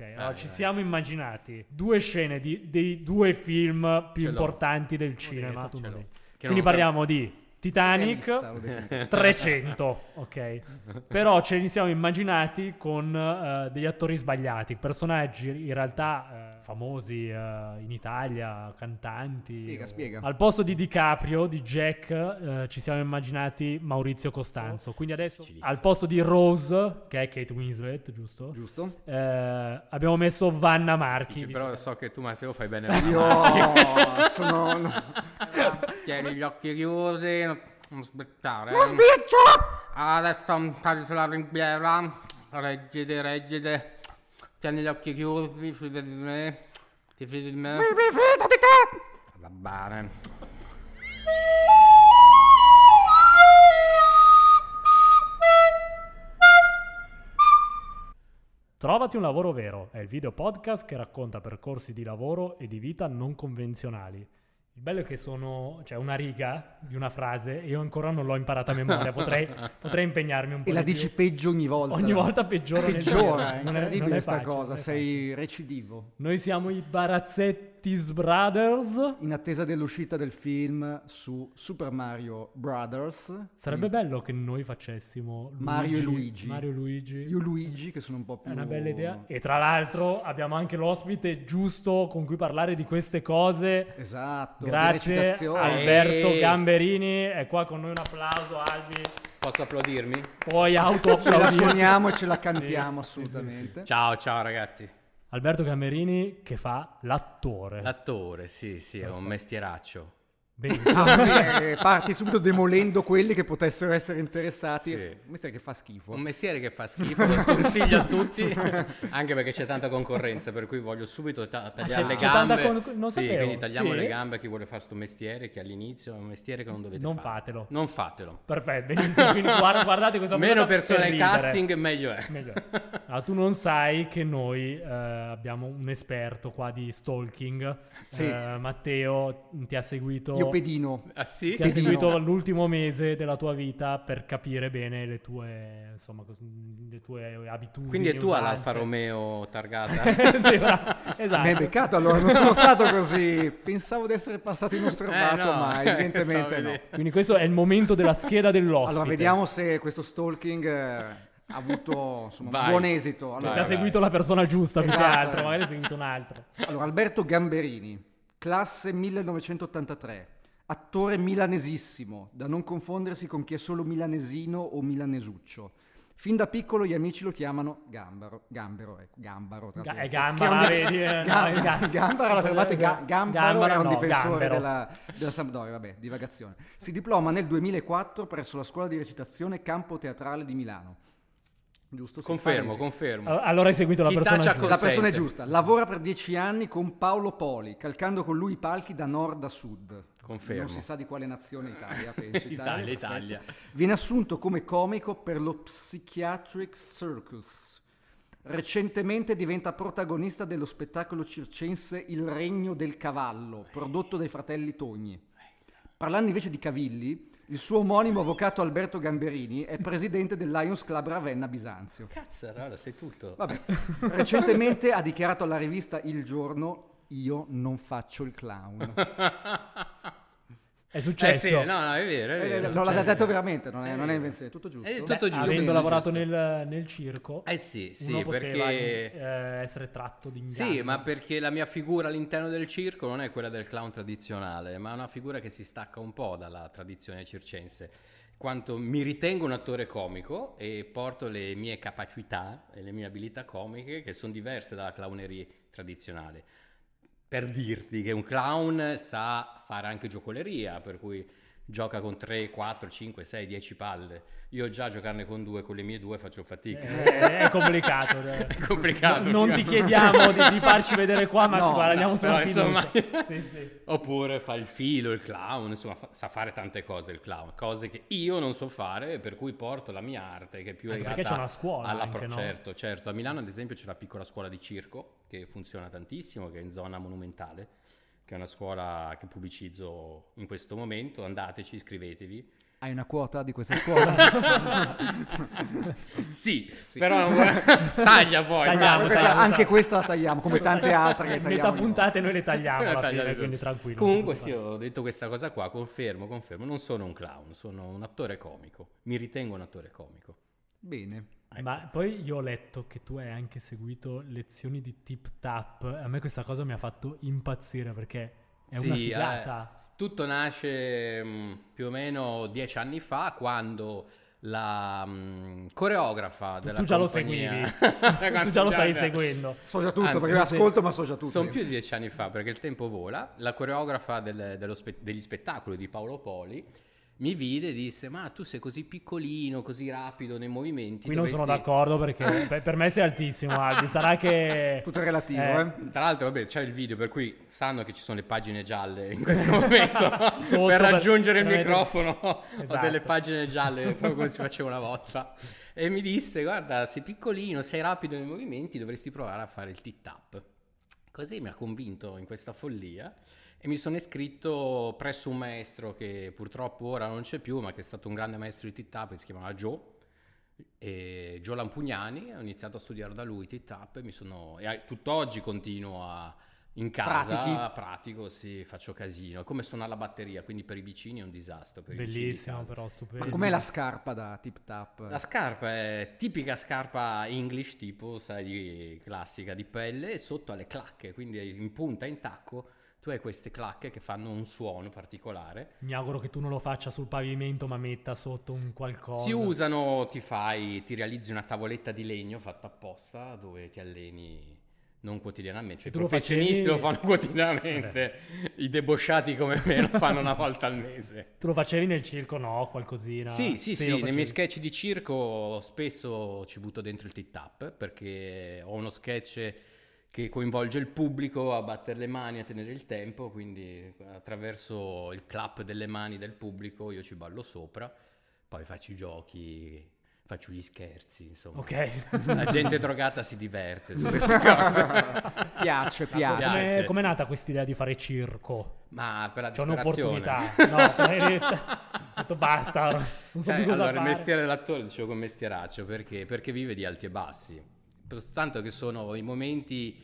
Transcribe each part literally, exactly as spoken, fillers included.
Allora, eh, ci eh. siamo immaginati due scene di, dei due film più Ce l'ho. importanti del cinema. Ce l'ho. Che Quindi non parliamo di Titanic Realista, l'ho definito. trecento, ok? Però ce li siamo immaginati con eh, degli attori sbagliati, personaggi in realtà eh, famosi eh, in Italia, cantanti. Spiega, o- spiega. Al posto di DiCaprio, di Jack, eh, ci siamo immaginati Maurizio Costanzo. Quindi adesso Facilissimo. al posto di Rose, che è Kate Winslet, giusto? Giusto? Eh, abbiamo messo Vanna Marchi. Dici, di però solito. so che tu Matteo fai bene. Io sono... no. Tieni gli occhi chiusi, non non aspettare. Non sbiccio! Adesso cadi sulla ringhiera, reggiti, reggiti. Tieni gli occhi chiusi, fidi di me. Ti fidi di me? Mi fido di te! Va bene. Trovati un lavoro vero è il video podcast che racconta percorsi di lavoro e di vita non convenzionali. Il bello è che sono, cioè, una riga di una frase e io ancora non l'ho imparata a memoria, potrei, potrei impegnarmi un po' E la di dici più. peggio ogni volta. Ogni volta peggiora nel Peggiora, dire. è Non è- incredibile non è sta facile, cosa, non è sei recidivo. Noi siamo i Barazzettis Brothers. In attesa dell'uscita del film su Super Mario Brothers. Sarebbe bello che noi facessimo Luigi, Mario e Luigi. Mario e Luigi. Io Luigi, che sono un po' più... È una bella idea. E tra l'altro abbiamo anche l'ospite giusto con cui parlare di queste cose. Esatto, di Grazie recitazione. Alberto Ehi. Gamberini, è qua con noi, un applauso Albi. Posso applaudirmi? Puoi Ce la auto-applaudire. suoniamo e ce la cantiamo Sì, sì, assolutamente. Ciao, ciao ragazzi. Alberto Gamberini che fa l'attore. L'attore, sì, sì, è un mestieraccio. Benissimo. Ah, sì, eh, parti subito demolendo quelli che potessero essere interessati. Sì. Un mestiere che fa schifo. Un mestiere che fa schifo, lo sconsiglio a tutti, anche perché c'è tanta concorrenza, per cui voglio subito ta- tagliare c'è- le c'è tanta gambe. con- non sì, sapevo. quindi tagliamo Sì? le gambe a chi vuole fare questo mestiere, che all'inizio è un mestiere che non dovete Non fare. fatelo. Non fatelo. Perfetto, benissimo. Quindi guarda- guardate questa Meno puntata persone per ai ridere. casting, meglio è. Meglio è. Allora, tu non sai che noi eh, abbiamo un esperto qua di stalking. Sì. Eh, Matteo ti ha seguito. Io pedino. Ah sì? Ti ha Pedino. seguito l'ultimo mese della tua vita per capire bene le tue, insomma, cos- le tue abitudini. Quindi è tua usanze. l'Alfa Romeo targata? Sì, bravo, esatto. Mi hai beccato allora, non sono stato così. Pensavo di essere passato inosservato, Eh, no. ma evidentemente Stavo no. vedendo. Quindi questo è il momento della scheda dell'ospite. Allora, vediamo se questo stalking eh, ha avuto insomma, un Vai. buon esito. Se Allora, ha Vai, seguito la persona giusta più che Esatto. altro, magari ha seguito un altro. allora, Alberto Gamberini, classe millenovecentottantatré, attore milanesissimo, da non confondersi con chi è solo milanesino o milanesuccio. Fin da piccolo gli amici lo chiamano Gambaro, Gambero, ecco, Gambaro. tra Ga- l'altro. è Gambara, Che è un- vedi? eh, Gam- no, è Ga- Gambara, la fermate, Ga- Gambaro Gambara, era un no, difensore Gambero. della, della Sampdoria, vabbè, divagazione. Si diploma nel duemilaquattro presso la scuola di recitazione Campo Teatrale di Milano. Giusto? Si Confermo, fa- sì. confermo. Allora hai seguito la Chi persona taccia giusta. La persona è Consente. giusta. Lavora per dieci anni con Paolo Poli, calcando con lui i palchi da nord a sud. Confermo. Non si sa di quale nazione Italia, penso. Italia, perfetto. Italia. Viene assunto come comico per lo Psychiatric Circus. Recentemente diventa protagonista dello spettacolo circense Il Regno del Cavallo, prodotto dai fratelli Togni. Parlando invece di cavilli, il suo omonimo avvocato Alberto Gamberini è presidente del Lions Club Ravenna Bisanzio. Cazzo, allora sei tutto. Vabbè, recentemente ha dichiarato alla rivista Il Giorno: io non faccio il clown. È Eh successo. sì, no, no, è vero, è Eh, vero. no, l'ha succede. detto veramente, non è, non è invenzione, è tutto giusto. È Beh, tutto giusto. avendo bene, lavorato giusto. nel, nel circo, Eh sì, sì, uno poteva perché... eh, essere tratto di inganno. Sì, ma perché la mia figura all'interno del circo non è quella del clown tradizionale, ma è una figura che si stacca un po' dalla tradizione circense. Quanto mi ritengo un attore comico e porto le mie capacità e le mie abilità comiche che sono diverse dalla clowneria tradizionale. Per dirti che un clown sa fare anche giocoleria, per cui gioca con tre, quattro, cinque, sei, dieci palle. Io già giocarne con due, con le mie due faccio fatica. Eh, è complicato. eh. È complicato. No- non ti chiediamo di, di farci vedere qua, ma No, guarda, andiamo no, sulla però, fiducia. insomma- Sì, sì. Oppure fa il filo, il clown, insomma fa- sa fare tante cose il clown, cose che io non so fare, per cui porto la mia arte che è più Anche legata perché c'è una scuola alla anche, no? Certo, certo. A Milano ad esempio c'è la piccola scuola di circo che funziona tantissimo, che è in zona monumentale, che è una scuola che pubblicizzo in questo momento, andateci, iscrivetevi. Hai una quota di questa scuola? sì, sì, però taglia poi. Tagliamo, questa, tagliamo, anche tagliamo. questa la tagliamo, come tante altre che tagliamo. Metà puntate noi le tagliamo alla Tagliate fine, tu. quindi tranquillo. Comunque sì, ho detto questa cosa qua, confermo, confermo, non sono un clown, sono un attore comico, mi ritengo un attore comico. Bene. Ecco. Ma poi io ho letto che tu hai anche seguito lezioni di tip tap. A me questa cosa mi ha fatto impazzire perché è Sì, una figata. eh, tutto nasce mh, più o meno dieci anni fa, quando la mh, coreografa Tu, della tu già lo compagnia... seguivi, tu già lo stai seguendo. So già tutto, Anzi, perché non l'ascolto, ma so già tutto. Sono più di dieci anni fa, perché il tempo vola. La coreografa del- dello spe- degli spettacoli di Paolo Poli mi vide e disse: ma tu sei così piccolino, così rapido nei movimenti. Qui non sono dovresti-" d'accordo perché per, per me sei altissimo, Albi. Sarà che... Tutto è relativo, Eh, eh. Tra l'altro, vabbè, c'è il video, per cui sanno che ci sono le pagine gialle in questo momento. Sotto per per- raggiungere il per vedere- microfono ho Esatto. delle pagine gialle, proprio come si faceva una volta. E mi disse: guarda, sei piccolino, sei rapido nei movimenti, dovresti provare a fare il tit-tap. Così mi ha convinto in questa follia e mi sono iscritto presso un maestro che purtroppo ora non c'è più, ma che è stato un grande maestro di tit-tap, che si chiamava Joe. E Gio Lampugnani, ho iniziato a studiare da lui tit-tap e mi sono e a- tutt'oggi continuo a in casa, Pratichi? pratico, sì, faccio casino, è come suonare la batteria, quindi per i vicini è un disastro, per i vicini di Bellissimo, casa. però stupendo. Ma com'è la scarpa da tip tap? La scarpa è tipica scarpa English, tipo, sai, di classica di pelle, e sotto ha le clacche, quindi in punta, in tacco, tu hai queste clacche che fanno un suono particolare. Mi auguro che tu non lo faccia sul pavimento, ma metta sotto un qualcosa. Si usano, ti fai, ti realizzi una tavoletta di legno fatta apposta dove ti alleni non quotidianamente, cioè E tu i lo professionisti facevi- lo fanno quotidianamente, i debosciati come me lo fanno una volta al mese. Tu lo facevi nel circo, no? Qualcosina? Sì, sì, sì, lo nei miei facevi. sketch di circo spesso ci butto dentro il tit-tap perché ho uno sketch che coinvolge il pubblico a battere le mani, a tenere il tempo, quindi attraverso il clap delle mani del pubblico io ci ballo sopra, poi faccio i giochi, faccio gli scherzi, insomma. Ok. La gente drogata si diverte su queste cose. Piace, piace. Piace. Come, com'è nata questa idea di fare circo? Ma per la C'è disperazione. un'opportunità. No, hai detto, ho detto basta, non so Sai, più cosa allora, fare. il mestiere dell'attore, dicevo con mestieraccio, perché? Perché vive di alti e bassi. Tanto che sono i momenti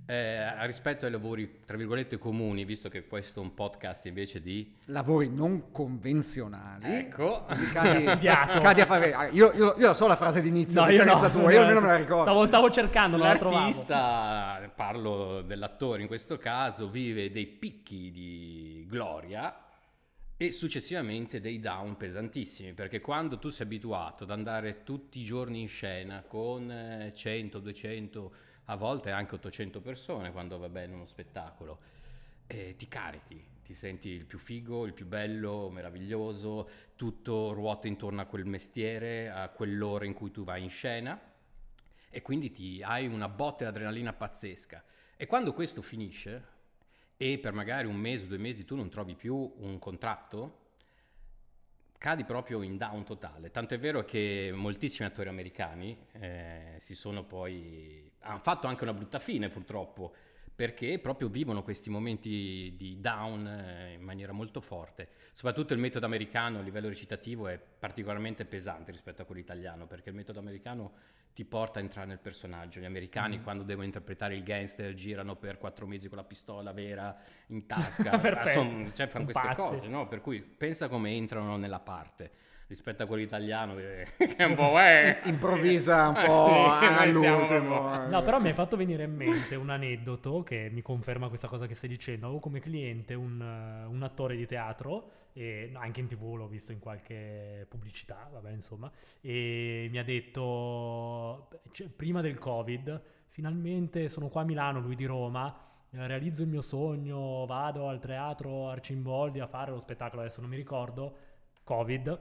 eh, rispetto ai lavori, tra virgolette, comuni, visto che questo è un podcast invece di... Lavori non convenzionali. Ecco. Cadi, Studiato. cadi a fare... ah, Io, io, io so la frase d'inizio, No, di io no. differenza tua, io almeno me la ricordo. Stavo, stavo cercando, non la trovavo. L'artista, parlo dell'attore in questo caso, vive dei picchi di gloria e successivamente dei down pesantissimi, perché quando tu sei abituato ad andare tutti i giorni in scena con eh, cento, duecento, a volte anche ottocento persone, quando va bene uno spettacolo, eh, ti carichi, ti senti il più figo, il più bello, meraviglioso, tutto ruota intorno a quel mestiere, a quell'ora in cui tu vai in scena, e quindi ti hai una botta di adrenalina pazzesca. E quando questo finisce e per magari un mese o due mesi tu non trovi più un contratto, cadi proprio in down totale. Tanto è vero che moltissimi attori americani eh, si sono poi hanno fatto anche una brutta fine, purtroppo, perché proprio vivono questi momenti di down eh, in maniera molto forte. Soprattutto il metodo americano a livello recitativo è particolarmente pesante rispetto a quello italiano, perché il metodo americano ti porta a entrare nel personaggio. Gli americani, mm. quando devono interpretare il gangster, girano per quattro mesi con la pistola vera in tasca. Son, cioè, fanno queste pazzi. cose, no? Per cui pensa come entrano nella parte rispetto a quello italiano che è un po' eh, improvvisa sì. un po' Eh, sì, all'ultimo. No, però mi hai fatto venire in mente un aneddoto che mi conferma questa cosa che stai dicendo. Avevo come cliente un, uh, un attore di teatro, e anche in tv l'ho visto in qualche pubblicità, vabbè, insomma, e mi ha detto, cioè, prima del Covid, finalmente sono qua a Milano, lui di Roma, eh, realizzo il mio sogno, vado al teatro Arcimboldi a fare lo spettacolo, adesso non mi ricordo, Covid,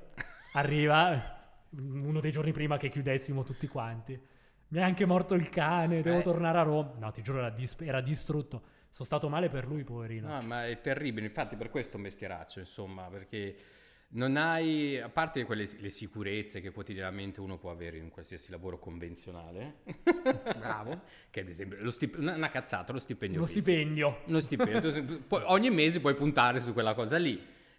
arriva uno dei giorni prima che chiudessimo tutti quanti. Mi è anche morto il cane, devo eh. tornare a Roma. No, ti giuro, era, dis- era distrutto. Sono stato male per lui, poverino. No, ma è terribile, infatti per questo è un mestieraccio, insomma, perché non hai, a parte quelle le sicurezze che quotidianamente uno può avere in qualsiasi lavoro convenzionale, Bravo, che ad esempio lo stip- una, una cazzata, lo stipendio Uno fisso. stipendio. Uno stipendio, tu- poi ogni mese puoi puntare su quella cosa lì.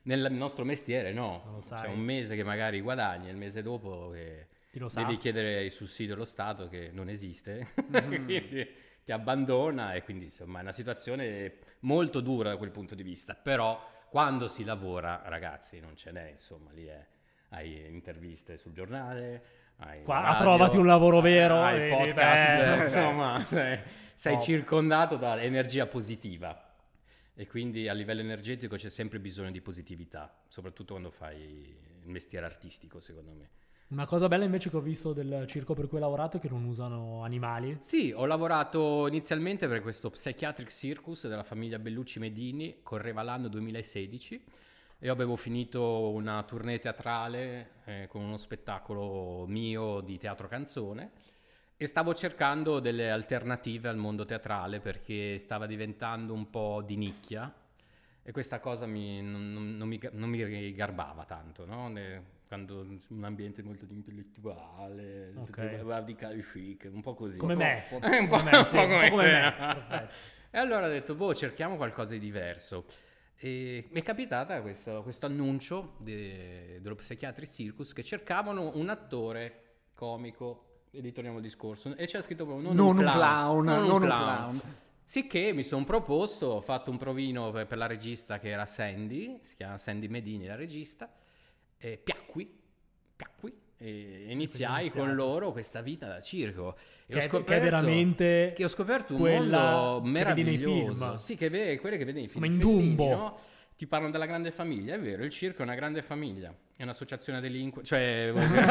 Nel nostro mestiere no, Non lo sai. c'è un mese che magari guadagni, il mese dopo che Chi lo sa? devi chiedere il sussidio dello Stato che non esiste, quindi ti abbandona e quindi insomma è una situazione molto dura da quel punto di vista, però quando si lavora, ragazzi, non ce n'è, insomma, lì è, hai interviste sul giornale, hai Qua, radio, trovati un lavoro vero, hai e- podcast, beh, insomma, sei, sei Top. circondato da energia positiva. E quindi a livello energetico c'è sempre bisogno di positività, soprattutto quando fai il mestiere artistico, secondo me. Una cosa bella invece che ho visto del circo per cui hai lavorato è che non usano animali. Sì, ho lavorato inizialmente per questo Psychiatric Circus della famiglia Bellucci Medini, correva l'anno duemilasedici e avevo finito una tournée teatrale eh, con uno spettacolo mio di teatro canzone e stavo cercando delle alternative al mondo teatrale perché stava diventando un po' di nicchia e questa cosa mi, non, non- non mi, non mi garbava tanto, no? Ne- quando un ambiente molto di intellettuale, Ok. tutto- di chic, un po' così. Come me. Eh, un po', Come me, un sì, po' un po' come come te. me. Perfetto. E allora ho detto, boh, cerchiamo qualcosa di diverso. E mi è capitata questo, questo annuncio de- dello Psychiatric Circus che cercavano un attore comico, e ritorniamo al discorso, e c'era scritto proprio non, Non un un clown, clown, non un clown. Sicché mi sono proposto, ho fatto un provino per, per la regista che era Sandy, si chiama Sandy Medini la regista, e piacqui, piacqui, e iniziai iniziato. con loro questa vita da circo. E Che ho è- scoperto, che è veramente che ho scoperto un quella mondo che vedi nei meraviglioso. film. Sì, che vedi, quelle che vedi nei film. Come in Fellini, Dumbo. no? Ti parlano della grande famiglia, è vero, il circo è una grande famiglia, è un'associazione delinquenti, cioè voglio dire,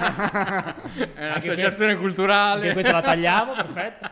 è un'associazione culturale. Anche questa la tagliamo, perfetto.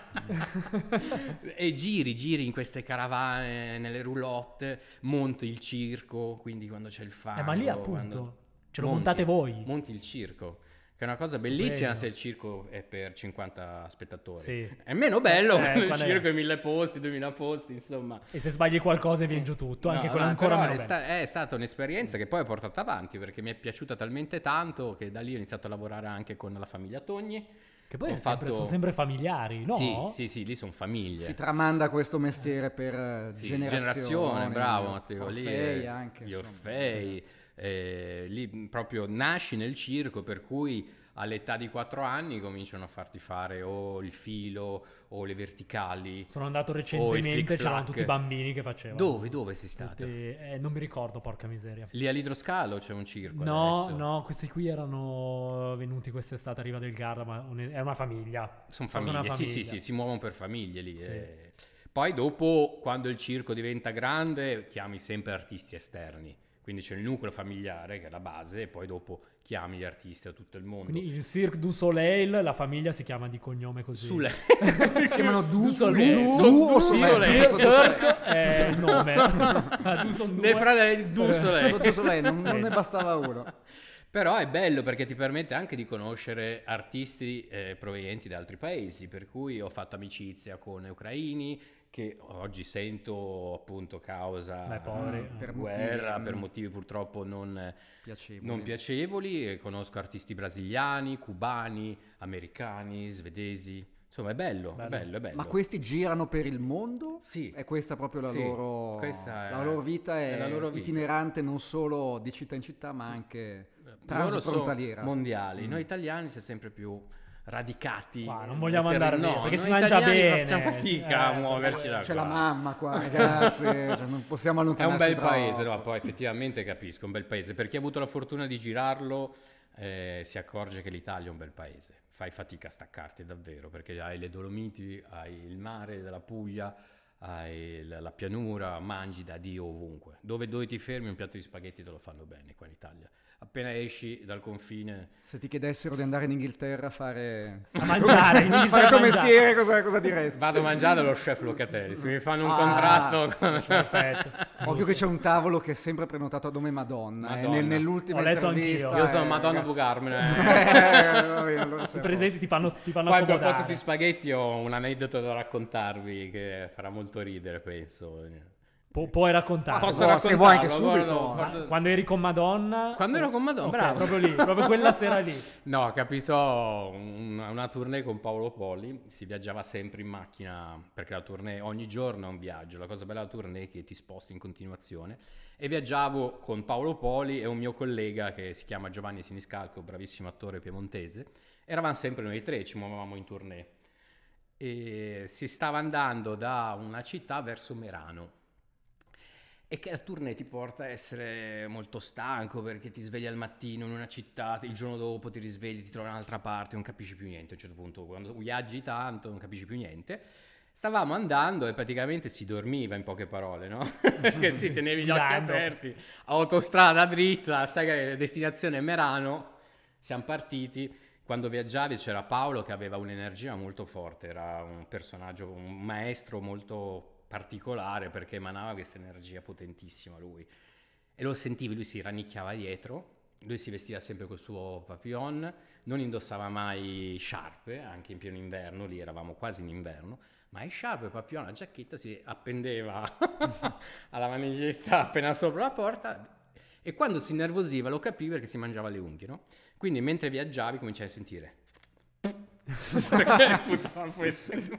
E giri, giri in queste caravane, nelle roulotte, monti il circo, quindi quando c'è il fango. Eh, ma lì quando- appunto ce lo monti- montate voi. Monti il circo, che è una cosa Stupendo. bellissima se il circo è per cinquanta spettatori. Sì. È meno bello Eh, quando il qual è? circo è mille posti, duemila posti, insomma. E se sbagli qualcosa e viene giù tutto, anche No, quello no, ancora però meno è, bello. sta- è stata un'esperienza che poi ho portato avanti perché mi è piaciuta talmente tanto che da lì ho iniziato a lavorare anche con la famiglia Togni. Che poi ho è sempre- fatto- sono sempre familiari, no? Sì, sì, sì, lì sono famiglie. Si tramanda questo mestiere per eh, Sì, generazioni. generazione, bravo Matteo, lì Orfei è- anche. gli insomma. Orfei, eh, lì proprio nasci nel circo per cui all'età di quattro anni cominciano a farti fare o il filo o le verticali. Sono andato o i recentemente, flick-flack. c'erano tutti i bambini che facevano. Dove? Dove sei stato? Tutti- eh, non mi ricordo, porca miseria. Lì all'Idroscalo c'è un circo No, adesso. no, questi qui erano venuti quest'estate a Riva del Garda, ma un- è una famiglia. Sono Sono famiglie, una sì, sì, famiglia. sì, si muovono per famiglie lì. Sì. eh. Poi dopo, quando il circo diventa grande, chiami sempre artisti esterni. Quindi c'è il nucleo familiare, che è la base, e poi dopo chiami gli artisti da tutto il mondo. Quindi il Cirque du Soleil, la famiglia si chiama di cognome così. Sulle... Si chiamano Du, Du Du, Soleil. Du, Sono Du o Du Soleil? Soleil. Sono Du Soleil. Cirque è il nome. Ah, tu son due. Dei fratelli Du Soleil. Sono Du Soleil, non, non ne bastava uno. Però è bello perché ti permette anche di conoscere artisti eh, provenienti da altri paesi, per cui ho fatto amicizia con ucraini che oggi sento appunto causa Beh, poveri. Per guerra, motivi, per mm. motivi purtroppo non, Piacevoli. non piacevoli, e conosco artisti brasiliani, cubani, americani, svedesi, insomma è bello, Bello. è bello, è bello. Ma questi girano per il mondo? Sì. È questa proprio la Sì, loro... questa è- la loro vita è, è la loro vita. itinerante non solo di città in città, ma anche Loro sono transfrontaliera. mondiali, Mm. noi italiani siamo sempre più radicati. Qua, non vogliamo nel andare terreno. lì, perché noi si mangia italiani bene. facciamo fatica Eh, a sì, muoverci c'è da C'è qua. la mamma qua, ragazzi, cioè non possiamo È un allontanarci bel troppo. paese, no? Poi effettivamente capisco, è un bel paese. Per chi ha avuto la fortuna di girarlo eh, si accorge che l'Italia è un bel paese. Fai fatica a staccarti davvero, perché hai le Dolomiti, hai il mare della Puglia, hai la, la pianura, mangi da Dio ovunque. Dove, dove ti fermi un piatto di spaghetti te lo fanno bene qua in Italia. Appena esci dal confine... Se ti chiedessero di andare in Inghilterra a fare... A mangiare, quindi fare a tuo mangiare. mestiere, cosa, cosa diresti? Vado a mangiare lo chef Locatelli, se mi fanno un Ah, contratto... con- Perfetto. Occhio che c'è un tavolo che è sempre prenotato a nome Madonna. eh, Madonna. nel- nell'ultima Ho letto intervista... anch'io. Io sono eh, Madonna ragazzi. Bucarmine. Eh, va bene, allora I sei a presenti ti fanno, ti fanno Poi a accomodare. proposito di spaghetti ho un aneddoto da raccontarvi che farà molto ridere, penso. Pu- puoi raccontare. Posso vuoi- se vuoi anche raccontarlo, subito. guarda, guarda- Quando eri con Madonna. Quando ero con Madonna, Ok, bravo. proprio lì, proprio quella sera lì. No, capitò una, una tournée con Paolo Poli, si viaggiava sempre in macchina, perché la tournée ogni giorno è un viaggio, la cosa bella della tournée è che ti sposti in continuazione, e viaggiavo con Paolo Poli e un mio collega che si chiama Giovanni Siniscalco, bravissimo attore piemontese, eravamo sempre noi tre, ci muovevamo in tournée, e si stava andando da una città verso Merano. E che la tournée ti porta a essere molto stanco perché ti svegli al mattino in una città, il giorno dopo ti risvegli, ti trovi in un'altra parte, non capisci più niente. A un certo punto, quando viaggi tanto, non capisci più niente. Stavamo andando e praticamente si dormiva, in poche parole, no? Perché si tenevi gli occhi Guidando. aperti, autostrada dritta, sai che destinazione Merano, siamo partiti. Quando viaggiavi c'era Paolo che aveva un'energia molto forte, era un personaggio, un maestro molto particolare perché emanava questa energia potentissima lui, e lo sentivi, lui si rannicchiava dietro, lui si vestiva sempre col suo papillon, non indossava mai sciarpe, anche in pieno inverno, lì eravamo quasi in inverno, ma i sciarpe, papillon, la giacchetta si appendeva alla maniglietta appena sopra la porta, e quando si innervosiva lo capivi perché si mangiava le unghie, no? Quindi mentre viaggiavi cominciai a sentire perché sputava fuori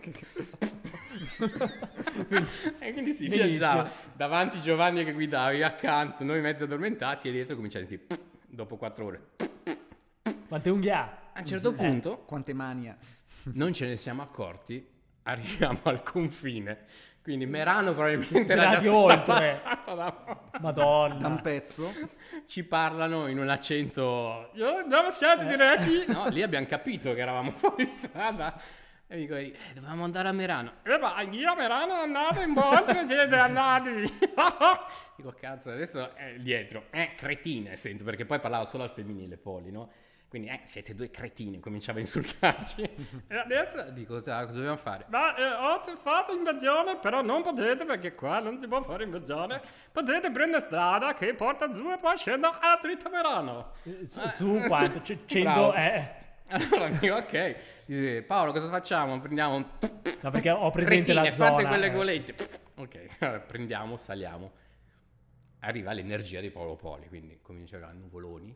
e quindi si Benissimo. viaggiava davanti Giovanni che guidava, io accanto, noi mezzo addormentati, e dietro cominciai a sentire dopo quattro ore. Quante unghie ha? A un certo punto Quante mani ha? non ce ne siamo accorti, arriviamo al confine, quindi Merano probabilmente Si era era già di stata oltre. passata da... Madonna. Da un pezzo? Ci parlano in un accento, "Io- dove siete diretti?" No, lì abbiamo capito che eravamo fuori strada, e dico, eh, dovevamo andare a Merano. Eh, ma io a Merano andavo in oltre, siete andati. Dico, cazzo, adesso è dietro, eh, cretine, sento, perché poi parlava solo al femminile, Poli, no? Quindi, eh, siete due cretini, cominciava a insultarci. E adesso dico, cosa cosa dobbiamo fare? Ma eh, ho fatto invasione, però non potete perché qua non si può fare invasione. Potete prendere strada che porta giù e poi scendo a dritta Merano. Eh, Su, Eh, su eh, quanto? sì. C- cento Bravo. eh. Allora dico, ok. Dice, Paolo, cosa facciamo? Prendiamo un... No, perché ho presente Cretine, la zona. fate quelle eh. golette. Ok, allora prendiamo, saliamo. Arriva l'energia di Paolo Poli, quindi comincerà nuvoloni.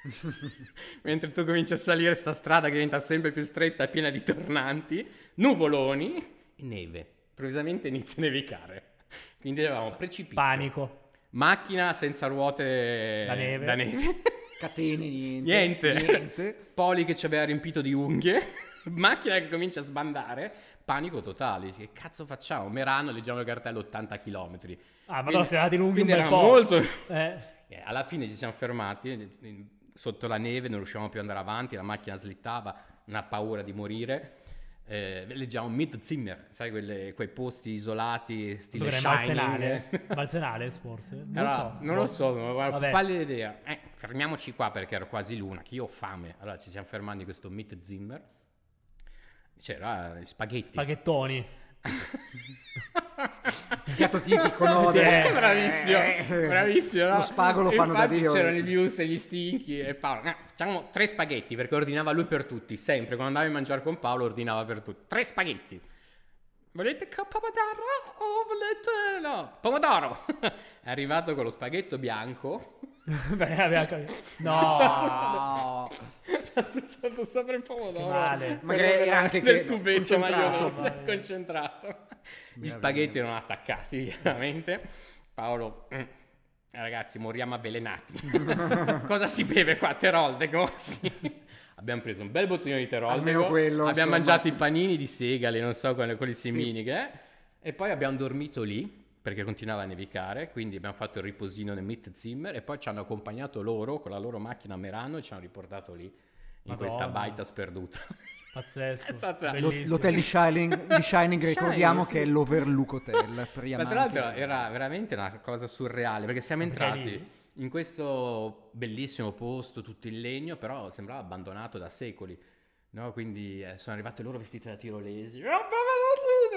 Mentre tu cominci a salire sta strada che diventa sempre più stretta e piena di tornanti, nuvoloni e neve. Improvvisamente inizia a nevicare. Quindi avevamo precipizio. Panico. Macchina senza ruote Da neve. Da neve. Catene, niente. Niente. Niente. Poli che ci aveva riempito di unghie. Macchina che comincia a sbandare. Panico totale. Dici, che cazzo facciamo? Merano, leggiamo il cartello ottanta chilometri. Ah, ma no, siamo andati lunghi un quindi bel era po'. molto... Eh. Eh, alla fine ci siamo fermati. Sotto la neve non riuscivamo più ad andare avanti. La macchina slittava. Una paura di morire. Eh, leggiamo Mid-Zimmer. Sai, quelle, quei posti isolati, stile Dov'era Shining. Malzenale? Malzenale forse? Non Allora, lo so. non lo so, non ho Vabbè. pallida idea. Eh, fermiamoci qua perché era quasi l'una, che io ho fame. Allora ci siamo fermati in questo Meat Zimmer. C'era gli spaghetti. Spaghettoni. Il piatto tipico, no? Eh, Eh, bravissimo, Eh, bravissimo. No? Lo spago lo fanno da Infatti Dio. c'erano i views e gli stinchi e Paolo, no, facciamo tre spaghetti perché ordinava lui per tutti, sempre. Quando andavi a mangiare con Paolo ordinava per tutti. Tre spaghetti. Volete co- pomodoro o volete... no, pomodoro. È arrivato con lo spaghetto bianco. Beh, aveva capito. No. No. Ci ha spezzato sopra il pomodoro. Che male. Magari era anche del che- tubetto concentrato. maionese Vai. concentrato. Gli spaghetti erano attaccati, chiaramente. Paolo, mm, ragazzi, moriamo avvelenati. Cosa si beve qua? Teroldego? Sì. Abbiamo preso un bel bottiglio di Teroldego. Almeno quello, Abbiamo insomma. mangiato i panini di segale, non so, quelli, quelli semini che è. E poi abbiamo dormito lì perché continuava a nevicare, quindi abbiamo fatto il riposino nel Mid-Zimmer e poi ci hanno accompagnato loro con la loro macchina a Merano e ci hanno riportato lì in Madonna. questa baita sperduta. Pazzesco. È stata- Lo- Bellissimo. L'hotel di Shining, di Shining ricordiamo sì. che è l'Overlook Hotel per gli Ma tra amanti. l'altro era veramente una cosa surreale perché siamo Perché entrati lì? in questo bellissimo posto tutto in legno, però sembrava abbandonato da secoli, no? Quindi eh, sono arrivate loro vestite da tirolesi,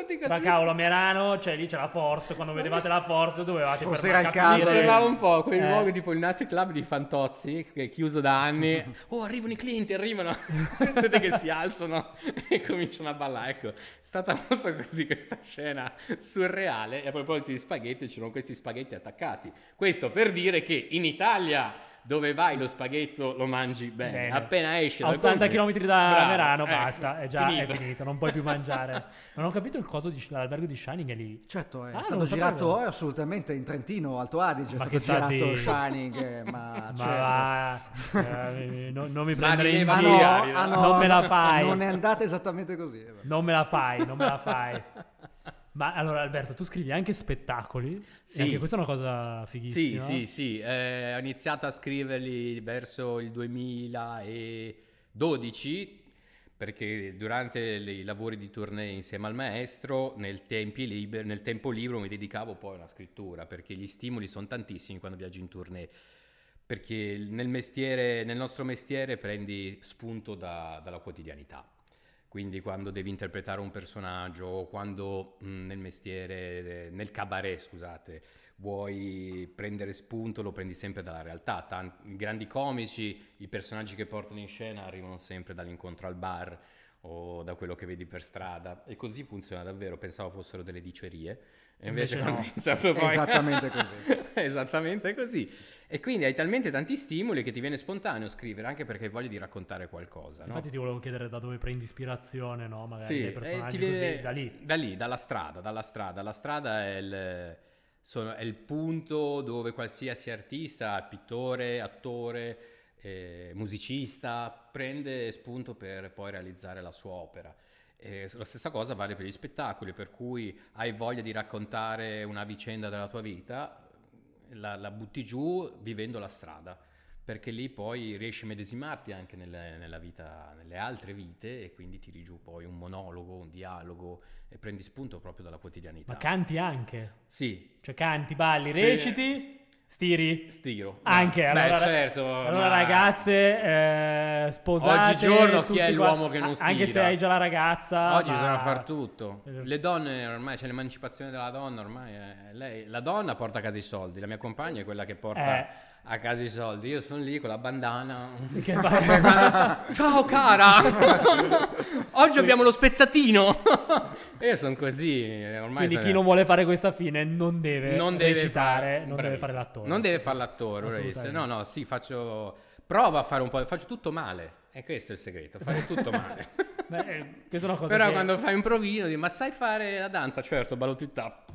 tutti così. Ma cavolo, a Merano, cioè lì c'è la Forst, quando vedevate la Forst dovevate Forse fermare era il a caso. Mi capire. sembrava un po' quel Eh. luogo tipo il nightclub di Fantozzi, che è chiuso da anni. Oh, arrivano i clienti, arrivano. Vedete che si alzano e cominciano a ballare. Ecco, è stata molto così questa scena surreale. E a proposito di spaghetti, c'erano questi spaghetti attaccati. Questo per dire che in Italia, dove vai lo spaghetto lo mangi bene, Bene. appena esce A dal ottanta confine- chilometri da Bravo, Merano, ecco, basta, è già finito. è finito, non puoi più mangiare. Non ho capito il coso di l'albergo di Shining è lì. Certo, è Ah, non stato lo girato sapevo. eh, assolutamente in Trentino, Alto Adige, è Ma stato che sta girato di- Shining, eh, ma, Ma certo. va, eh, no- non mi Ma prendere in rileva Ah giro. no, Magari, ah no? no, Non me la fai. Non è andata esattamente così. eh. Non me la fai, non me la fai. Ma allora Alberto, tu scrivi anche spettacoli? Sì. E anche questa è una cosa Sì, fighissima. sì, sì, eh, ho iniziato a scriverli verso il duemiladodici perché durante i lavori di tournée insieme al maestro nel, tempi liber- nel tempo libero mi dedicavo poi alla scrittura perché gli stimoli sono tantissimi quando viaggi in tournée, perché nel mestiere, nel nostro mestiere prendi spunto da- dalla quotidianità. Quindi quando devi interpretare un personaggio o quando mh, nel mestiere, eh, nel cabaret, scusate, vuoi prendere spunto, lo prendi sempre dalla realtà. Tan- I grandi comici, i personaggi che portano in scena arrivano sempre dall'incontro al bar o da quello che vedi per strada. E così funziona davvero. Pensavo fossero delle dicerie. E invece, Invece quando no. ho iniziato poi... Esattamente così. Esattamente così. E quindi hai talmente tanti stimoli che ti viene spontaneo scrivere, anche perché hai voglia di raccontare qualcosa, no? Infatti ti volevo chiedere da dove prendi ispirazione, no? Magari Sì, dai eh, personaggi ti viene- così, da lì. Da lì, dalla strada, dalla strada. La strada è il, sono- è il punto dove qualsiasi artista, pittore, attore, eh, musicista, prende spunto per poi realizzare la sua opera. E la stessa cosa vale per gli spettacoli, per cui hai voglia di raccontare una vicenda della tua vita, la, la butti giù vivendo la strada, perché lì poi riesci a medesimarti anche nelle- nella vita, nelle altre vite, e quindi tiri giù poi un monologo, un dialogo e prendi spunto proprio dalla quotidianità. Ma canti anche? Sì, Cioè canti, balli, Sì. reciti, stiri? stiro. Anche, Beh, allora, certo. allora ma- ragazze, eh, sposate... Oggigiorno chi tutti è qua- l'uomo che non Anche se stira? hai già la ragazza... Oggi ma- bisogna far tutto. Eh. Le donne ormai c'è l'emancipazione della donna, ormai è- lei, la donna porta a casa i soldi, la mia compagna è quella che porta Eh. a casa i soldi.Io sono lì con la bandana. Che vai- Ciao cara! Oggi abbiamo lo spezzatino. E io sono così, ormai Quindi sono- chi non vuole fare questa fine non deve non deve recitare, fare, non deve fare l'attore. Non deve fare l'attore, bravissimo. Assolutamente. No, no, sì, faccio prova a fare un po', faccio tutto male. E questo è il segreto, fare tutto male. Beh, eh, questa è una cosa Però che- quando fai un provino, dici, ma sai fare la danza? Certo, ballo tap.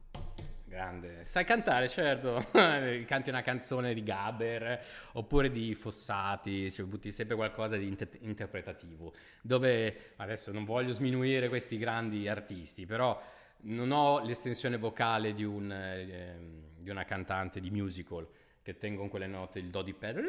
Grande. Sai cantare? Certo. Canti una canzone di Gaber oppure di Fossati, ci butti sempre qualcosa di inter- interpretativo. Dove adesso non voglio sminuire questi grandi artisti, però non ho l'estensione vocale di, un, ehm, di una cantante di musical che tengono quelle note, il do di per.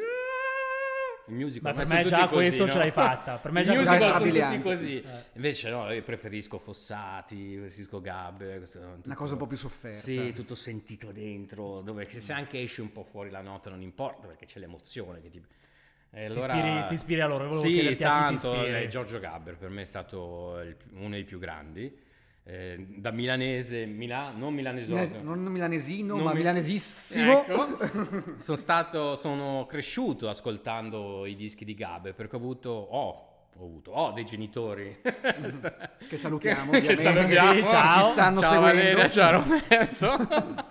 Il musical, Ma per sono me tutti già così, questo no? ce l'hai fatta. Per me I già musical questo- sono tutti strabiliante. così. Eh. Invece no, io preferisco Fossati, preferisco Gabber. questo- Una tutto- cosa un po' più sofferta. Sì, tutto sentito dentro, dove se se anche esce un po' fuori la nota non importa perché c'è l'emozione che ti... E Ti, allora... ispiri, ti ispiri a loro, volevo Sì, chiederti a chi ti tanto, ispiri. eh, Giorgio Gabber per me è stato il- uno dei più grandi. Eh, da milanese, Mila- non milanesone. Mila- non milanesino, Non ma mi- milanesissimo. Ecco. sono stato, sono cresciuto ascoltando i dischi di Gabber perché ho avuto, ho, ho avuto, ho dei genitori Che salutiamo, che, che ovviamente, salutiamo, che ciao. ci stanno ciao seguendo. Valeria, ciao Roberto,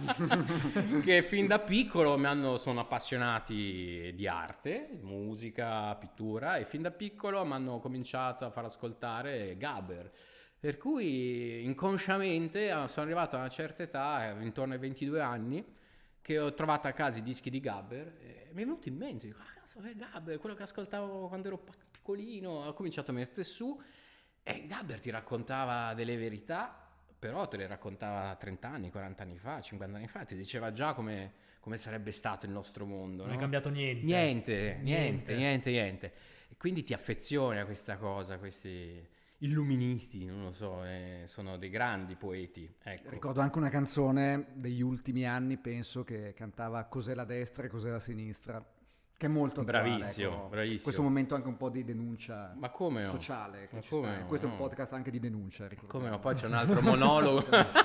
che fin da piccolo mi hanno, sono appassionati di arte, musica, pittura, e fin da piccolo mi hanno cominciato a far ascoltare Gabber. Per cui inconsciamente ah, sono arrivato a una certa età, eh, intorno ai ventidue anni, che ho trovato a casa i dischi di Gabber e mi è venuto in mente, dico, ah, cazzo, è Gabber, quello che ascoltavo quando ero pa- piccolino, ho cominciato a mettere su e Gabber ti raccontava delle verità, però te le raccontava trenta anni, quaranta anni fa, cinquanta anni fa, ti diceva già come, come sarebbe stato il nostro mondo. Non è no? cambiato niente. Niente, niente, Niente. niente, niente. E quindi ti affezioni a questa cosa, a questi illuministi, non lo so, eh, sono dei grandi poeti. Ecco. Ricordo anche una canzone degli ultimi anni, penso, che cantava cos'è la destra e cos'è la sinistra. Che è molto attuale, bravissimo, ecco. bravissimo. Questo momento anche un po' di denuncia Ma come no? sociale. Che Ma ci come sta. no? Questo è un No. podcast anche di denuncia. ricordiamo. Come no? Poi c'è un altro monologo.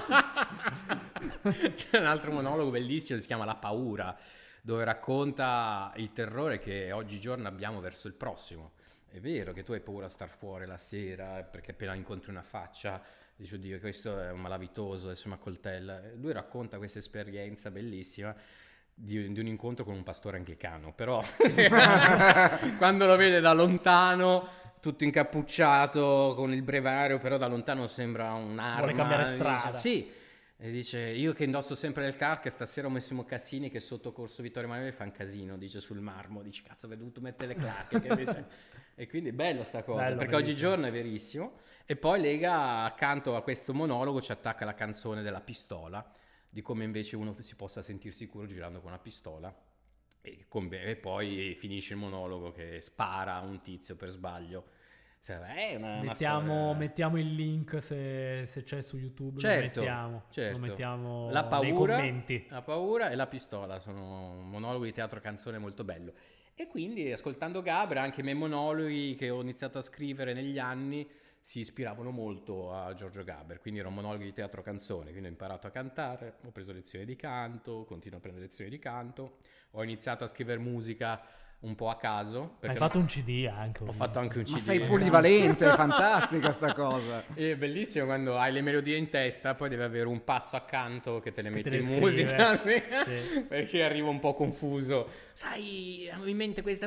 C'è un altro monologo bellissimo, si chiama La paura, dove racconta il terrore che oggigiorno abbiamo verso il prossimo. È vero che tu hai paura a star fuori la sera perché appena incontri una faccia dici oddio questo è un malavitoso, adesso mi accoltella. Lui racconta questa esperienza bellissima di, di un incontro con un pastore anglicano, però quando lo vede da lontano tutto incappucciato con il breviario, però da lontano sembra un'arma. Vuole cambiare strada. Dice, sì, e dice io che indosso sempre il car, che stasera ho messo Mocassini che sotto Corso Vittorio Emanuele fa un casino, dice sul marmo, dice cazzo avrei dovuto mettere le clacche che invece... E quindi è bella sta cosa, Bello, perché bellissimo. oggigiorno è verissimo. E poi Lega accanto a questo monologo ci attacca la canzone della pistola, di come invece uno si possa sentire sicuro girando con una pistola. E, con- e poi finisce il monologo che spara a un tizio per sbaglio. Cioè, è una, una Mettiamo, storia- mettiamo il link se, se c'è su YouTube, Certo, lo mettiamo, certo. lo mettiamo La nei paura, commenti. la paura e la pistola sono un monologo di teatro canzone molto bello. E quindi ascoltando Gabra, anche i miei monologhi che ho iniziato a scrivere negli anni si ispiravano molto a Giorgio Gaber, quindi erano monologhi di teatro canzone, quindi ho imparato a cantare, ho preso lezioni di canto, continuo a prendere lezioni di canto, ho iniziato a scrivere musica un po' a caso. Hai fatto un C D anche. Ho fatto anche un C D. Ma sei polivalente, è fantastica sta cosa. È bellissimo quando hai le melodie in testa, poi devi avere un pazzo accanto che te le Che mette te le in scrive. musica, Sì. perché arrivo un po' confuso. Sai, avevo in mente questa...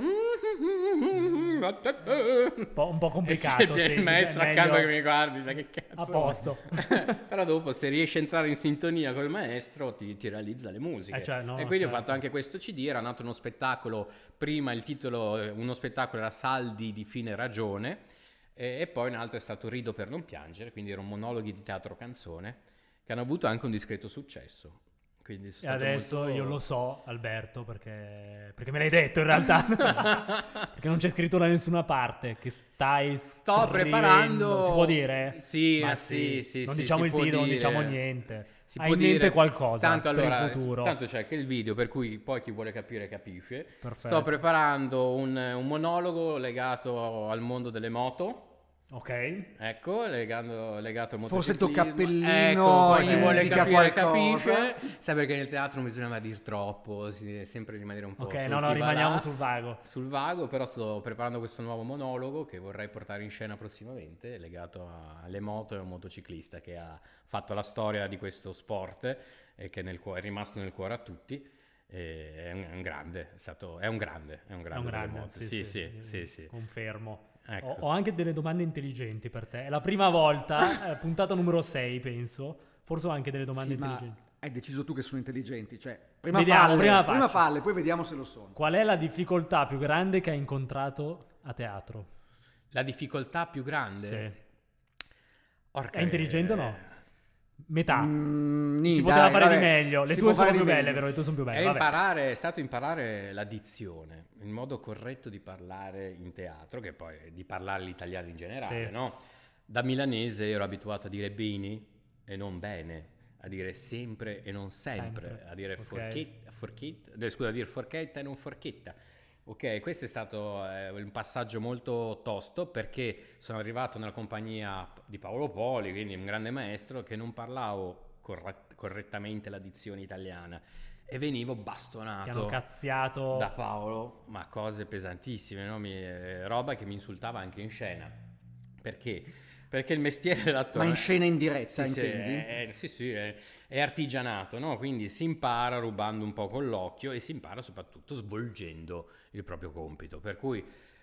Un po', un po' complicato. E c'è sì, il maestro è accanto meglio che mi guardi, ma che cazzo? a posto. Però dopo se riesci a entrare in sintonia col maestro ti, ti realizza le musiche. Eh, cioè, no, e quindi certo. ho fatto anche questo C D, era nato uno spettacolo, prima il titolo, eh, uno spettacolo era Saldi di fine ragione, e, e poi un altro è stato Rido per non piangere, quindi erano monologhi di teatro canzone che hanno avuto anche un discreto successo. Quindi sono E stato adesso molto- io lo so, Alberto, perché, perché me l'hai detto in realtà. Perché non c'è scritto da nessuna parte che stai Sto scrivendo. preparando- Si può dire? Sì, Ma ma sì, sì, Non sì, diciamo si il può titolo, non dire. diciamo niente. Si Hai può in mente dire qualcosa tanto, per allora, il futuro? Tanto c'è che il video, per cui poi chi vuole capire capisce. Perfetto. Sto preparando un, un monologo legato al mondo delle moto. Ok. Ecco, legando, legato al Forse il tuo motociclismo. cappellino Ecco, poi chi eh, vuole indica capire qualcosa. capisce. Sai perché nel teatro non bisogna mai dire troppo, si deve sempre rimanere un po' Ok, sul no, no, chi va rimaniamo là. sul vago. Sul vago, però sto preparando questo nuovo monologo che vorrei portare in scena prossimamente, legato a- alle moto e a un motociclista che ha fatto la storia di questo sport e che nel cuore, è rimasto nel cuore a tutti. E è, un, è un grande, è stato, è un grande, è un È grande, un delle grande, moto. sì, Sì, sì, sì, sì, sì. Confermo. Ecco. Ho, ho anche delle domande intelligenti per te. È la prima volta, eh, puntata numero sei, penso. Forse ho anche delle domande Sì, ma intelligenti. hai deciso tu che sono intelligenti, cioè prima Vediamo, falle, prima prima faccio. falle, poi vediamo se lo sono. Qual è la difficoltà più grande che hai incontrato a teatro? La difficoltà più grande? Sì. Orca, È intelligente o eh, no? Metà. Mm, nì, si poteva dai, fare vabbè, di meglio. Le si tue può sono fare più di belle, meglio. vero? Le tue sono più belle. È, Vabbè. imparare, è stato imparare la dizione, il modo corretto di parlare in teatro, che poi è di parlare l'italiano in generale, Sì. no? Da milanese ero abituato a dire bene e non bene, a dire sempre e non sempre, Sempre. a dire Ok. forchetta, forchetta, eh, scusa, a dire forchetta e non forchetta. Ok, questo è stato eh, un passaggio molto tosto perché sono arrivato nella compagnia di Paolo Poli, quindi un grande maestro, che non parlavo corret- correttamente la dizione italiana e venivo Ti hanno bastonato cazziato. da Paolo, ma cose pesantissime, no? Mi- eh, roba che mi insultava anche in scena. Perché? Perché il mestiere dell'attore... Ma in scena in diretta, Sì, sì, intendi? è, sì, sì, è, è artigianato, no? Quindi si impara rubando un po' con l'occhio e si impara soprattutto svolgendo il proprio compito. Per cui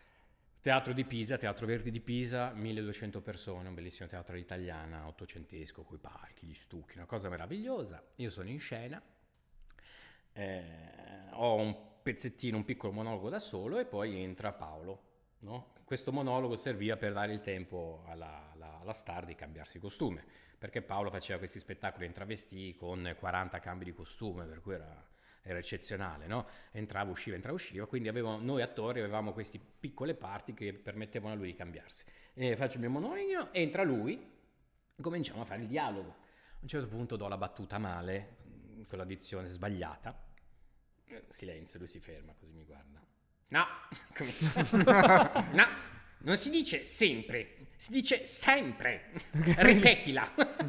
Teatro di Pisa, Teatro Verdi di Pisa, milleduecento persone, un bellissimo teatro italiana, ottocentesco, coi palchi, gli stucchi, una cosa meravigliosa. Io sono in scena, eh, ho un pezzettino, un piccolo monologo da solo e poi entra Paolo, no? Questo monologo serviva per dare il tempo alla, alla, alla star di cambiarsi costume, perché Paolo faceva questi spettacoli in travestì con quaranta cambi di costume, per cui era, era eccezionale, no? Entrava, usciva, entrava, usciva, quindi avevo, noi attori avevamo queste piccole parti che permettevano a lui di cambiarsi. E faccio il mio monologo, entra lui, cominciamo a fare il dialogo. A un certo punto do la battuta male, con la dizione sbagliata, silenzio, lui si ferma, così mi guarda. no, comincia. No, non si dice sempre, si dice sempre, ripetila.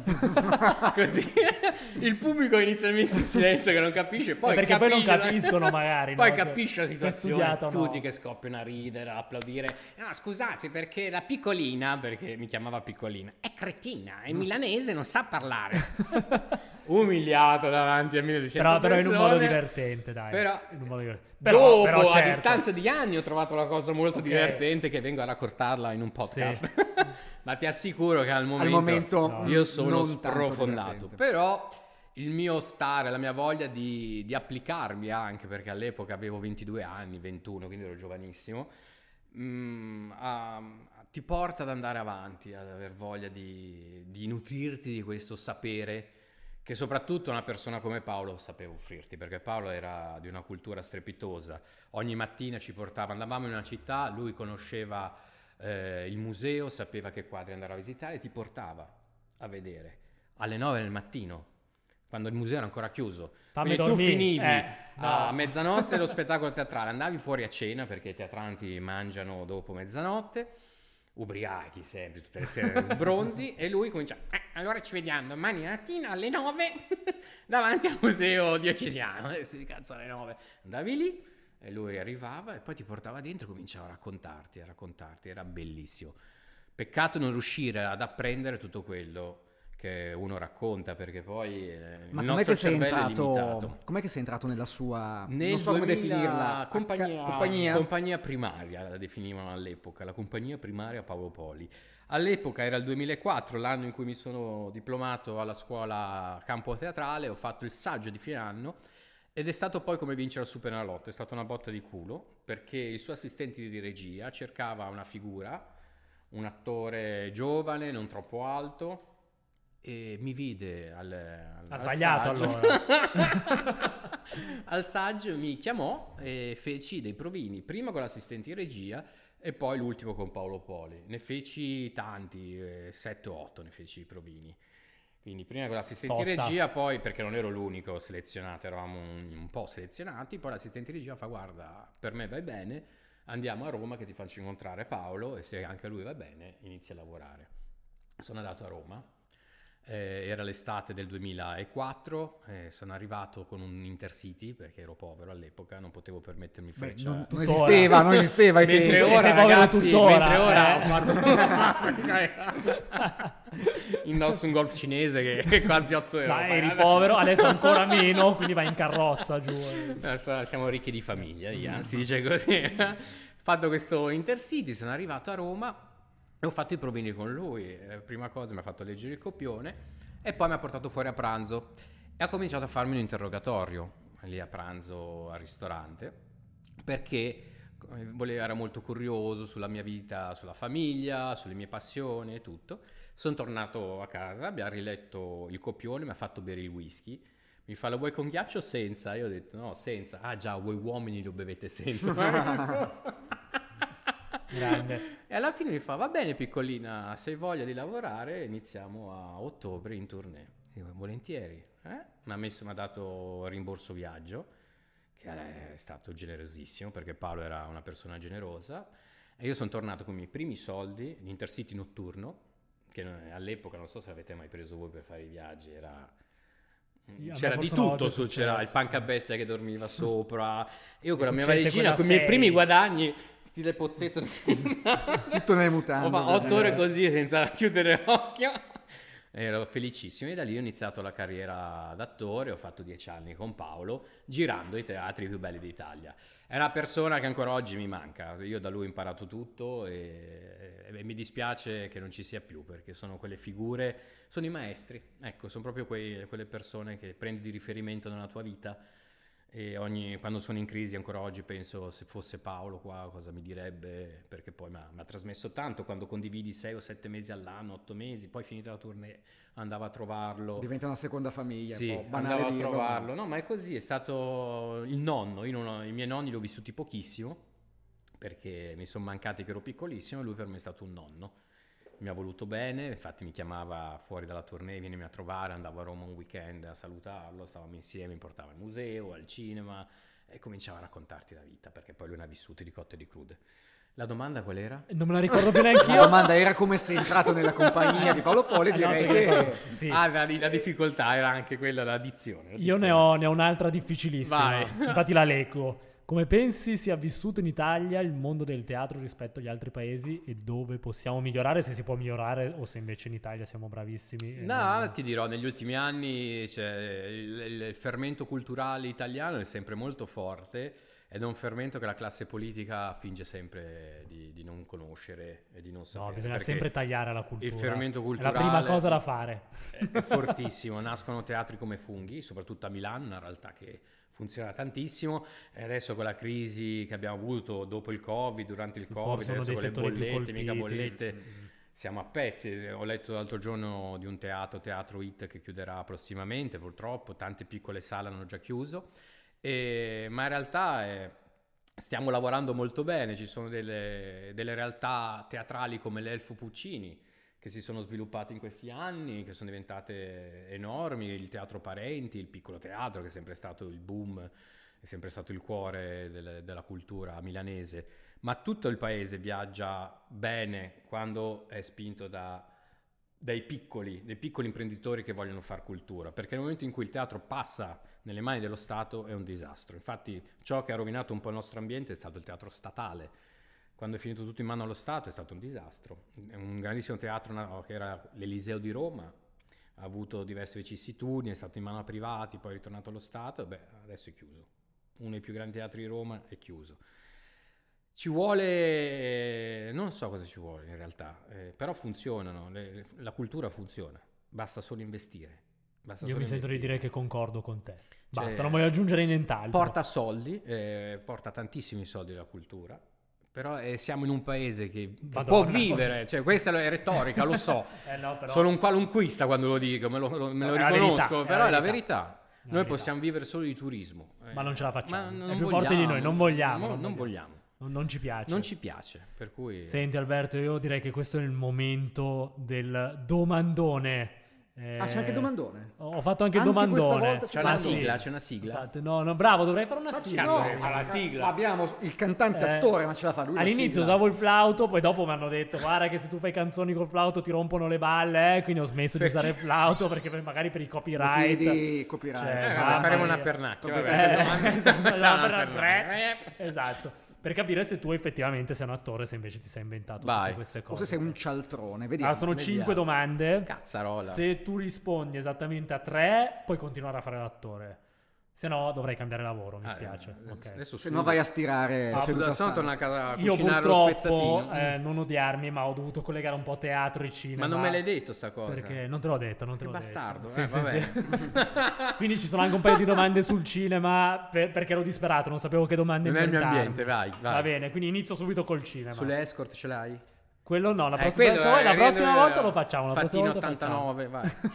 Così il pubblico inizialmente in silenzio che non capisce, poi eh perché poi non capisce, capiscono magari, poi no? capisce la Se- se è situazione, studiato o tutti no. che scoppiano a ridere, a applaudire. No, scusate, perché la piccolina, perché mi chiamava piccolina, è cretina, è milanese, non sa parlare. Umiliato davanti a milleduecento Però, però in un persone. modo divertente, dai. Però, in un modo divertente. Però- dopo, però a certo. distanza di anni, ho trovato la cosa molto Ok. divertente che vengo a raccontarla in un podcast. Ma ti assicuro che al momento, momento no. io sono non tanto sprofondato. divertente. Però il mio stare, la mia voglia di, di applicarmi anche, perché all'epoca avevo ventidue anni, ventuno, quindi ero giovanissimo, mm, a- ti porta ad andare avanti, ad aver voglia di, di nutrirti di questo sapere che soprattutto una persona come Paolo sapeva offrirti, perché Paolo era di una cultura strepitosa. Ogni mattina ci portava, andavamo in una città, lui conosceva eh, il museo, sapeva che quadri andare a visitare, ti portava a vedere alle nove del mattino, quando il museo era ancora chiuso. Fammi Quindi tu dormire. finivi Eh, no. a mezzanotte lo spettacolo teatrale, andavi fuori a cena, perché i teatranti mangiano dopo mezzanotte, ubriachi sempre, tutte le sere sbronzi, e lui comincia, eh, allora ci vediamo domani mattina alle nove davanti al museo diocesano. E si di cazzo alle nove andavi lì e lui arrivava e poi ti portava dentro e cominciava a raccontarti, a raccontarti, era bellissimo. Peccato non riuscire ad apprendere tutto quello che uno racconta, perché poi eh, Ma il com'è nostro che sei cervello è entrato? limitato. Com'è che sei entrato nella sua Nel non so come duemila definirla compagnia, Acca- compagnia? compagnia primaria la definivano all'epoca, la compagnia primaria Paolo Poli. All'epoca era il duemilaquattro, l'anno in cui mi sono diplomato alla scuola campo teatrale, ho fatto il saggio di fine anno ed è stato poi come vincere al Superenalotto, è stata una botta di culo, perché il suo assistente di regia cercava una figura, un attore giovane, non troppo alto, e mi vide al, al Ha al sbagliato, saggio. allora. Al saggio mi chiamò e feci dei provini, prima con l'assistente di regia e poi l'ultimo con Paolo Poli. Ne feci tanti, sette o otto ne feci i provini. Quindi prima con l'assistente di Tosta. regia, poi perché non ero l'unico selezionato, eravamo un, un po' selezionati, poi l'assistente di regia fa guarda, per me vai bene, andiamo a Roma che ti faccio incontrare Paolo e se anche a lui va bene inizia a lavorare. Sono andato a Roma. Eh, era l'estate del duemilaquattro, eh, sono arrivato con un Intercity perché ero povero all'epoca, non potevo permettermi Beh, freccia. non, non Tuttora. esisteva, non esisteva ai Mentre tempi. tu che ora, sei povero ragazzi, tuttora, mentre ora eh. ho fatto il nostro golf cinese che è quasi otto euro. Ma eri povero, adesso ancora meno, quindi vai in carrozza giù. Adesso siamo ricchi di famiglia, via, si dice così. Ho fatto questo Intercity, sono arrivato a Roma e ho fatto i provini con lui. Eh, prima cosa mi ha fatto leggere il copione e poi mi ha portato fuori a pranzo e ha cominciato a farmi un interrogatorio lì a pranzo al ristorante, perché eh, voleva, era molto curioso sulla mia vita, sulla famiglia, sulle mie passioni e tutto. Sono tornato a casa, abbiamo riletto il copione, mi ha fatto bere il whisky. Mi fa, lo vuoi con ghiaccio o senza? Io ho detto no, senza. Ah già, voi uomini lo bevete senza. Grande. E alla fine mi fa, va bene piccolina, se hai voglia di lavorare iniziamo a ottobre in tournée. Io, volentieri. Eh? Mi ha messo, mi ha dato rimborso viaggio, che è stato generosissimo perché Paolo era una persona generosa. E io sono tornato con i miei primi soldi, l'Intercity notturno, che all'epoca, non so se l'avete mai preso voi per fare i viaggi, era... Io- a c'era me di forse una tutto volta è su, c'era il successo. pancabestia che dormiva sopra, io con la mia Certe valigina, quella con i miei sei. primi guadagni, stile pozzetto, Tutto nelle mutande. ho fatto otto ore così senza chiudere occhio. Ero felicissimo e da lì ho iniziato la carriera d'attore, ho fatto dieci anni con Paolo, girando i teatri più belli d'Italia. È una persona che ancora oggi mi manca, io da lui ho imparato tutto e, e mi dispiace che non ci sia più, perché sono quelle figure, sono i maestri, ecco, sono proprio quei, quelle persone che prendi di riferimento nella tua vita. E ogni, quando sono in crisi ancora oggi penso se fosse Paolo qua cosa mi direbbe, perché poi mi ha trasmesso tanto, quando condividi sei o sette mesi all'anno, otto mesi, poi finita la tournée andava a trovarlo, Diventa una seconda famiglia, sì, un po' banale andavo a dirlo, ma- trovarlo, no ma è così, è stato il nonno, io non ho, i miei nonni li ho vissuti pochissimo perché mi sono mancati che ero piccolissimo e lui per me è stato un nonno. Mi ha voluto bene, infatti mi chiamava fuori dalla tournée, vienimi a trovare, andavo a Roma un weekend a salutarlo, stavamo insieme, mi portava al museo, al cinema, e cominciava a raccontarti la vita, perché poi lui ne ha vissuti di cotte e di crude. La domanda qual era? Non me la ricordo più neanche La io. domanda era come sei entrato nella compagnia di Paolo Poli, Ah, no, direi perché- che... sì. Ah, la, la difficoltà era anche quella della dizione. la Io ne dizione. ho, ne ho un'altra difficilissima. Vai. Infatti la leggo. Come pensi sia vissuto in Italia il mondo del teatro rispetto agli altri paesi e dove possiamo migliorare, se si può migliorare o se invece in Italia siamo bravissimi? e No, non- ti dirò, negli ultimi anni cioè, il, il fermento culturale italiano è sempre molto forte ed è un fermento che la classe politica finge sempre di, di non conoscere e di non sapere. No, bisogna perché sempre tagliare la cultura. il fermento È culturale la prima cosa da fare. è, è fortissimo, nascono teatri come funghi, soprattutto a Milano, una realtà che funziona tantissimo, e adesso con la crisi che abbiamo avuto dopo il Covid, durante il Covid, Forse uno adesso dei con le settori più bollette, mica colpiti. bollette, Mm. siamo a pezzi. Ho letto l'altro giorno di un teatro, Teatro It, che chiuderà prossimamente, purtroppo, tante piccole sale hanno già chiuso, e, ma in realtà è, stiamo lavorando molto bene, ci sono delle, delle realtà teatrali come l'Elfo Puccini, che si sono sviluppate in questi anni, che sono diventate enormi, il Teatro Parenti, il piccolo teatro, che è sempre stato il boom, è sempre stato il cuore del, della cultura milanese, ma tutto il paese viaggia bene quando è spinto da, dai piccoli, dei piccoli imprenditori che vogliono far cultura, perché nel momento in cui il teatro passa nelle mani dello Stato è un disastro. Infatti ciò che ha rovinato un po' il nostro ambiente è stato il teatro statale. Quando è finito tutto in mano allo Stato è stato un disastro. È un grandissimo teatro no, che era l'Eliseo di Roma, ha avuto diverse vicissitudini, è stato in mano a privati, poi è ritornato allo Stato e beh, adesso è chiuso. Uno dei più grandi teatri di Roma è chiuso. Ci vuole, non so cosa ci vuole in realtà, eh, però funzionano, le, le, la cultura funziona, basta solo investire. Basta Io solo mi sento di investire. dire che concordo con te. Basta, Cioè, non voglio aggiungere nient'altro. Porta soldi, eh, porta tantissimi soldi la cultura, però eh, siamo in un paese che, che Madonna, può vivere, cioè questa è retorica, lo so, Eh no, però- sono un qualunquista quando lo dico, me lo, lo- me lo No, è la riconosco, verità, è però la è la verità. verità. La Noi verità. possiamo vivere solo di turismo. eh, Ma non ce la facciamo. ma È non più forte di noi, non vogliamo, no, non non vogliamo. vogliamo. Non, non ci piace. Non ci piace, per cui... Senti Alberto, io direi che questo è il momento del domandone. Eh, Ah, c'è anche il domandone? Ho fatto anche il Anche questa domandone. volta C'è Ah, una sì. sigla, c'è una sigla. Infatti, no, no, bravo, dovrei fare una Facci- sigla. no, fa la sigla. Abbiamo il cantante Eh, attore, ma ce la fa lui. la All'inizio sigla. usavo il flauto, poi dopo mi hanno detto guarda che se tu fai canzoni col flauto ti rompono le balle, eh, quindi ho smesso di usare il flauto perché poi magari per i Motivi copyright. di copyright. Cioè, Eh, mamma vabbè, faremo mia. una pernacchia. Vabbè, vabbè. Eh, Domanda- esatto, facciamo no, una per- pernacchia. tre. Esatto. Per capire se tu effettivamente sei un attore, se invece ti sei inventato Vai. tutte queste O cose. se sei un cialtrone, vediamo. Allora, sono vediamo. cinque domande. Cazzarola. Se tu rispondi esattamente a tre, puoi continuare a fare l'attore. Se no, dovrei cambiare lavoro, mi Ah, spiace. eh, Ok. Adesso Se no vai a stirare Ah, seduta se no stante. torna a casa a Io cucinare lo purtroppo, spezzatino. eh, non odiarmi, ma ho dovuto collegare un po' teatro e cinema. Ma non me l'hai detto sta cosa? Perché non te l'ho detto, non te Che l'ho bastardo, detto. eh, Sì, sì, vabbè. sì. Quindi ci sono anche un paio di domande sul cinema per- perché ero disperato, non sapevo che domande Non è il mio inventarmi. ambiente, vai, vai. Va bene, quindi inizio subito col cinema. Sulle escort ce l'hai? Quello no, la Eh, prossima, quello, se vuoi, eh, la prossima riendo- volta lo facciamo. La prossima Fattino volta facciamo. ottantanove,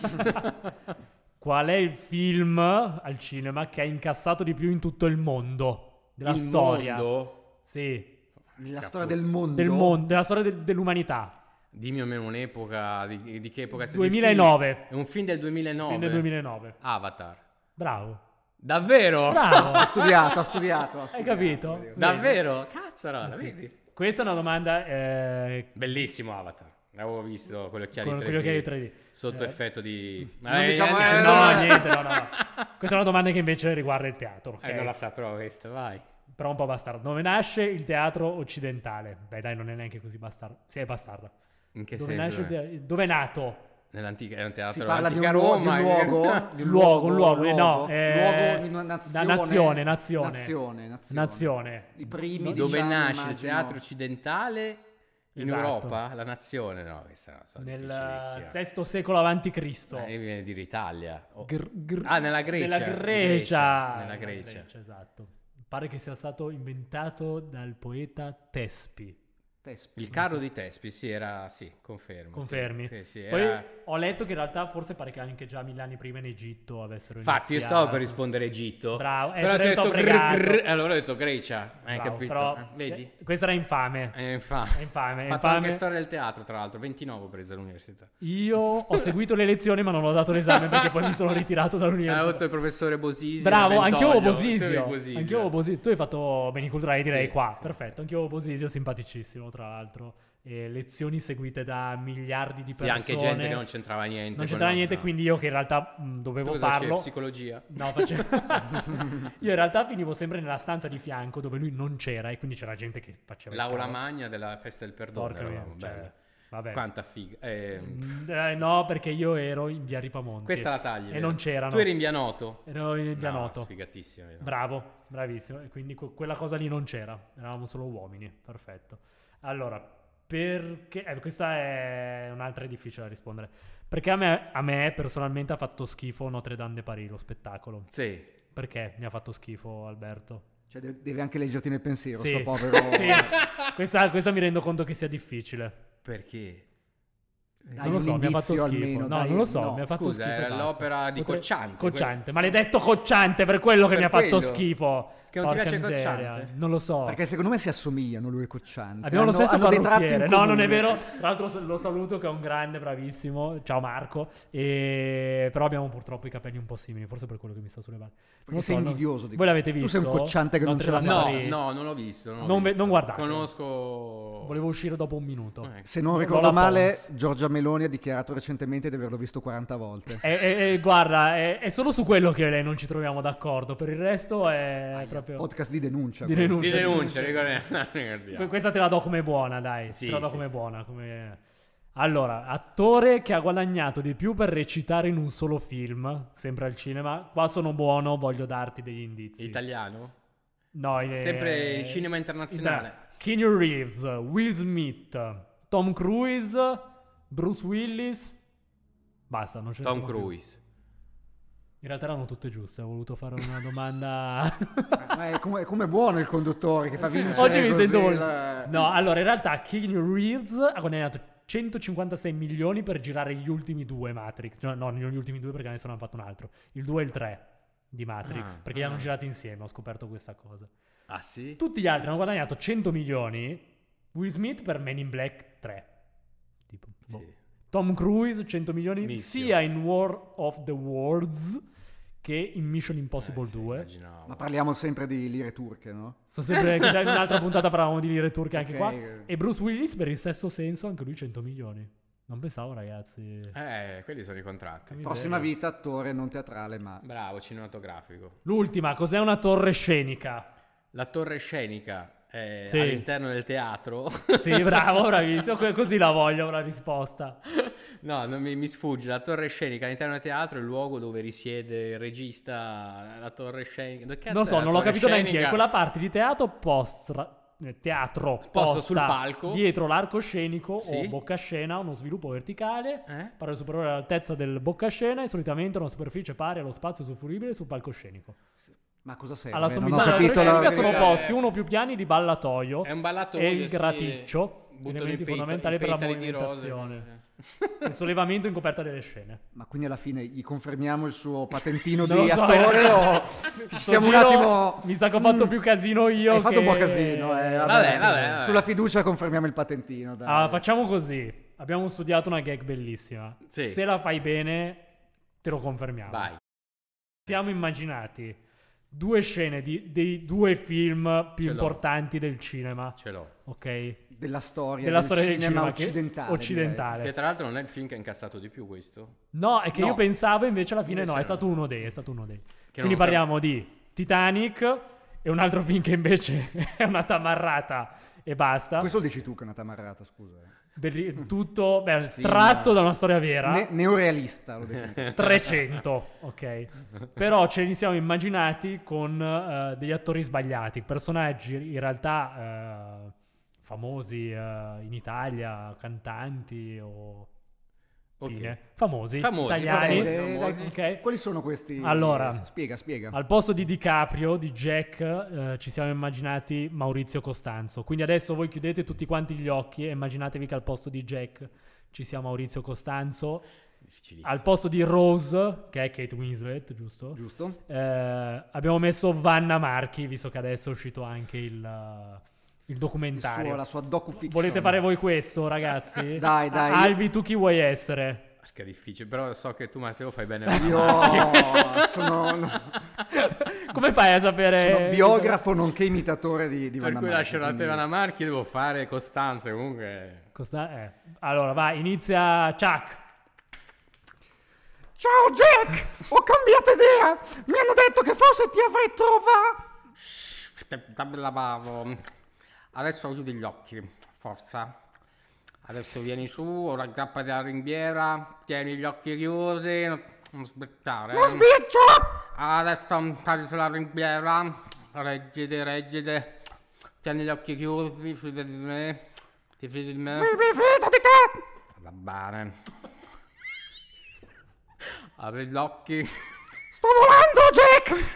vai. Qual è il film al cinema che ha incassato di più in tutto il mondo? Della Il storia. mondo? Sì, La storia del mondo. del mondo, della storia de- dell'umanità. Dimmi almeno un'epoca, di, di che epoca sei? duemilanove. È un film del duemilanove. Film del duemilanove. Avatar. Bravo. Davvero? Bravo. Ha studiato, ha studiato. ha Hai studiato, capito? vedi. Davvero? Cazzarola, Sì. vedi? Questa è una domanda eh, Bellissimo Avatar. L'avevo visto con gli occhiali con, tre D. con gli occhiali tre D. Sotto Eh, effetto di... Non diciamo- eh, eh, No, no, no, niente, no, no. Questa è una domanda che invece riguarda il teatro. ok? eh, non la saprò questa, vai. Però un po' bastardo. Dove nasce il teatro occidentale? Beh, dai, non è neanche così bastardo. Sì, è bastardo. In che Dove senso? nasce il teatro? Dove è nato? Nell'antica, è un teatro Si parla di un, dell'antica luogo, di un Roma. luogo, di Un luogo, un luogo, eh, no, eh, luogo di una da nazione, nazione, nazione. nazione, nazione. Nazione. I primi, No, Dove diciamo, nasce il immagino. teatro occidentale in Esatto. Europa? La nazione? No, questa è una cosa Nel difficilissima. sesto secolo avanti Cristo. Eh, viene di Italia. Oh. Gr- gr- Ah, nella Grecia. Nella Grecia. Grecia, nella Nella Grecia. esatto. Pare che sia stato inventato dal poeta Tespi. Tespi. Il carro di Tespi, sì, era, sì, confermo. Confermi? Sì, sì, sì, Poi era... ho letto che in realtà forse pare che anche già mille anni prima in Egitto avessero Infatti, io iniziato. stavo per rispondere Egitto. Bravo, eh, però però ti ho t'ho detto fregato. grr, grr, allora ho detto Grecia, hai Bravo, capito? però, Eh, vedi? eh, questa era infame. È infame. È infame, è Ho fatto infame. anche storia del teatro, tra l'altro, ventinove ho preso all'università. Io ho seguito le lezioni ma non ho dato l'esame perché poi mi sono ritirato dall'università. Saluto il professore Bosisio. Bravo, anche io ho Ventolio. Bosisio. Tu eri Bosisio. Anche io ho Bosisio. Tu hai fatto beni culturali, direi Sì, qua. sì, Perfetto, sì. anche io ho Bosisio, simpaticissimo tra l'altro. E lezioni seguite da miliardi di Sì, persone. anche gente che non c'entrava niente. Non con c'entrava il niente, nostro- quindi io che in realtà mh, Tu dovevo cosa facevi? farlo. Psicologia? No, facevo... io in realtà finivo sempre nella stanza di fianco dove lui non c'era e quindi c'era gente che faceva il L'aula cavolo. magna della festa del perdono. Porca mia, eravamo, cioè, bello. vabbè. Quanta figa. Eh, Mm, eh, no, perché io ero in via Ripamonti. questa la tagli. E vero? non c'erano. Tu eri in via Noto. Ero in via No, Noto. sfigatissimo. via Noto. Bravo, bravissimo. E quindi que- quella cosa lì non c'era, eravamo solo uomini. Perfetto. Allora, perché... eh, questa è un'altra difficile da rispondere. Perché a me, a me personalmente ha fatto schifo Notre Dame de Paris, lo spettacolo. Sì. Perché mi ha fatto schifo, Alberto? Cioè, de- devi anche leggerti nel pensiero, Sì. sto povero... Sì. Questa, questa mi rendo conto che sia difficile. Perché? Dai, non lo un so, mi ha fatto indizio schifo. almeno, no, dai, non lo so, no. mi ha fatto Scusa, schifo. e era basta. l'opera di Potrei- Cocciante, Cocciante, quello- maledetto Cocciante, per quello che Per mi ha fatto quello? schifo. Che non ti Porca piace miseria. Cocciante? Non lo so. Perché secondo me si assomigliano lui e Cocciante. Abbiamo lo Hanno- stesso hanno dei tratti parrucchiere. in No, non è comune. vero. Tra l'altro lo saluto che è un grande, bravissimo. Ciao Marco. E... Però abbiamo purtroppo i capelli un po' simili, forse per quello che mi sta sulle mani. Non Perché lo sei so, non- invidioso di Voi l'avete Tu visto? sei un Cocciante che non Notre ce la Dame fa. de No, Paris? no, non l'ho visto. Non, l'ho Non ve- visto. non guardatelo. Conosco... Volevo uscire dopo un minuto. Eh, Se non Lola ricordo male, Pons. Giorgia Meloni ha dichiarato recentemente di averlo visto quaranta volte. E, e- e guarda, è, è solo su quello che lei non ci troviamo d'accordo. Per il resto è proprio. Podcast di denuncia. Di questo. denuncia. Di denuncia, ricordiamo. ricordiamo. Que- Questa te la do come buona, dai. Sì, te la do sì. come buona. Come... Allora, attore che ha guadagnato di più per recitare in un solo film, sempre al cinema. Qua sono buono, voglio darti degli indizi. Italiano? No, in- Sempre il cinema internazionale. Ita- Keanu Reeves, Will Smith, Tom Cruise, Bruce Willis. Basta, non ce ne Tom sono più. Cruise. In realtà erano tutte giuste, ho voluto fare una domanda. Eh, Ma è come, è come buono il conduttore che fa vincere Oggi mi così sento molto- il- No, allora in realtà Keanu Reeves ha guadagnato centocinquantasei milioni per girare gli ultimi due Matrix. No, no, non gli ultimi due perché adesso ne hanno fatto un altro. Il due e il tre di Matrix, Ah, perché li hanno ah. girati insieme, ho scoperto questa cosa. Ah sì? Tutti gli altri hanno guadagnato cento milioni. Will Smith per Men in Black tre. Tipo, boh. Sì. Tom Cruise cento milioni Missio. sia in War of the Worlds che in Mission Impossible Eh, sì, due. immaginavo. Ma parliamo sempre di lire turche, no? Sto sempre che già in un'altra puntata parlavamo di lire turche anche Ok. qua. E Bruce Willis per il stesso senso anche lui cento milioni. Non pensavo, ragazzi. Eh, quelli sono i contratti. Miseria. Prossima vita, attore non teatrale, ma... Bravo, cinematografico. L'ultima, cos'è una torre scenica? La torre scenica è Sì. all'interno del teatro. Sì, bravo, bravissimo. Que- Così la voglio la risposta. No, non mi, mi sfugge. La torre scenica all'interno del teatro è il luogo dove risiede il regista. La torre scenica. Dove cazzo Non è so, la non l'ho torre capito neanche io. scenica? È quella parte di teatro post teatro Posto posta sul palco. dietro l'arco scenico Sì. o boccascena, uno sviluppo verticale. Eh? Parere superiore all'altezza del boccascena e solitamente una superficie pari allo spazio usufruibile sul palcoscenico. Ma cosa serve? Alla Non ho sommità della capito torre la... scenica sono verità. posti uno o più piani di ballatoio È un ballatoio. e il sì. graticcio, Buttano elementi i peta- fondamentali i per la petali di rose. movimentazione. Il sollevamento in coperta delle scene. Ma quindi alla fine gli confermiamo il suo patentino Non di lo so, attore eh. o Sto siamo un giro attimo... Mi sa che ho fatto Mm. più casino io. Hai fatto che- un po' casino, eh, vabbè. Vabbè, vabbè, vabbè. Sulla fiducia confermiamo il patentino, dai. Ah, facciamo così. Abbiamo studiato una gag bellissima. Sì. Se la fai bene, te lo confermiamo. Vai. Siamo immaginati due scene di- dei due film più Ce l'ho. importanti del cinema. Ce l'ho. Ok? Della storia, Della del storia del cinema, cinema che- occidentale. occidentale. Che tra l'altro non è il film che ha incassato di più questo. No, è che No. io pensavo invece alla fine Invece no, è no. stato uno dei, è stato uno dei. Che Quindi non- parliamo di Titanic e un altro film che invece è una tamarrata e basta. Questo lo dici tu che è una tamarrata, scusa. eh. Belli- tutto beh, Sì, tratto ma- da una storia vera. Ne- neorealista lo definisco. trecento, ok. Però ce li siamo immaginati con eh, degli attori sbagliati, personaggi in realtà eh, famosi eh, in Italia, cantanti o Ok. Famosi, Famosi, italiani. famosi. Eh, famosi. Ok. Quali sono questi? Allora. Spiega, spiega. Al posto di DiCaprio, di Jack, eh, ci siamo immaginati Maurizio Costanzo. Quindi adesso voi chiudete tutti quanti gli occhi e immaginatevi che al posto di Jack ci sia Maurizio Costanzo. Difficilissimo. Al posto di Rose, che è Kate Winslet, giusto? Giusto? Eh, abbiamo messo Vanna Marchi, visto che adesso è uscito anche il, uh, il Il documentario. suo- la sua docu-fiction. Volete fare voi questo, ragazzi? Dai, dai. Albi, tu chi vuoi essere? Che è difficile, però so che tu, Matteo, fai bene. Io sono, no, Come fai a sapere? sono biografo nonché imitatore di, di Per Vanna cui Marchi, lascio la quindi- Tevana Marchi, devo fare Costanza comunque. Costa- eh. Allora, vai, inizia Chuck. Ciao Jack, ho cambiato idea. Mi hanno detto che forse ti avrei trovato. Adesso chiudi gli occhi, forza. Adesso vieni su, ora aggrappati alla ringhiera, tieni gli occhi chiusi, non, non sbettare. Non sbircio! Adesso stai sulla ringhiera, reggiti, reggiti, tieni gli occhi chiusi, fidati di me, ti fidi di me. Mi, mi fido di te! Va bene. Apri gli occhi, Sto volando, Jack!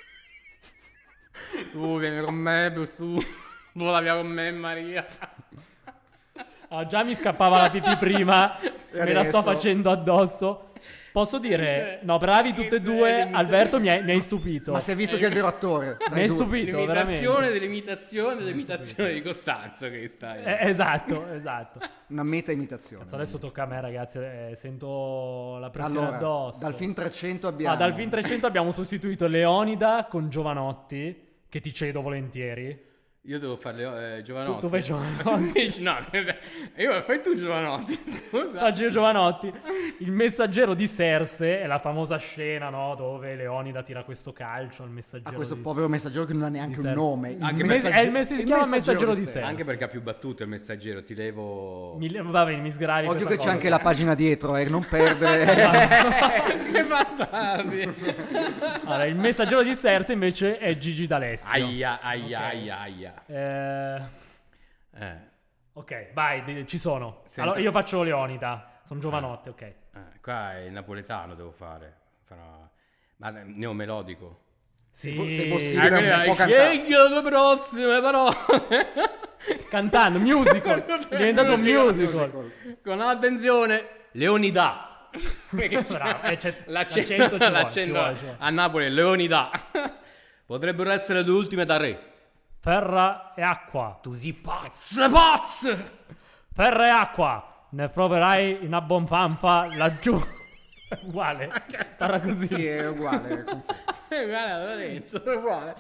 tu vieni con me, più su, vola via con me, Maria. Ah, già mi scappava la pipì prima, me la sto adesso? facendo addosso. Posso dire, no, bravi tutte e due. Alberto mi hai, mi hai stupito. Ma si è visto che è il vero attore. Mi hai Dai, due. stupito, L'imitazione veramente. dell'imitazione dell'imitazione di Costanzo che stai. Eh, esatto, esatto. Una meta imitazione. Cazzo, adesso tocca a me, ragazzi. eh, sento la pressione Allora, addosso. dal film trecento abbiamo... Ah, dal film trecento abbiamo sostituito Leonida con Giovanotti, che ti cedo volentieri. Io devo fare eh, Giovanotti. Tu- tu fai Giovanotti. Tu dici, no, io fai tu Giovanotti, scusa. Faccio io Giovanotti. Il messaggero di Serse è la famosa scena, no? Dove Leonida tira questo calcio al messaggero. A questo di... povero messaggero che non ha neanche di un Serse. nome. Il Anche perché- messagge- è il mess- si chiama messaggero di Serse. Serse. Anche perché ha più battute il messaggero, ti levo... Mi, va bene, mi sgravi. Occhio questa che c'è cosa. anche la pagina dietro, eh, non perdere. Che bastardi. Allora, il messaggero di Serse invece è Gigi D'Alessio. Aia, aia, Ok. aia, aia. Eh, Eh, ok, vai, di- ci sono. Senta- Allora, io faccio Leonida. Sono Giovanotti, ok. eh, qua è il napoletano devo fare. Farò- Ma è neomelodico. Sì, se possibile, Ah, non quindi può cantare. scegli le tue prossime parole. cantando, musical. È diventato un musical. Con attenzione, Leonida. Bravo, eh, c'è- L'accento, l'accento ci vuole, l'accento ci vuole, ci vuole. a Napoli è Leonida. Potrebbero essere le ultime da re. Ferra e acqua. Tu sei pazzo, pazzo! Ferra e acqua. Ne proverai una bonfanfa laggiù. Uguale. Parla così. Sì, è uguale. confermo. Guarda, Lorenzo, è uguale.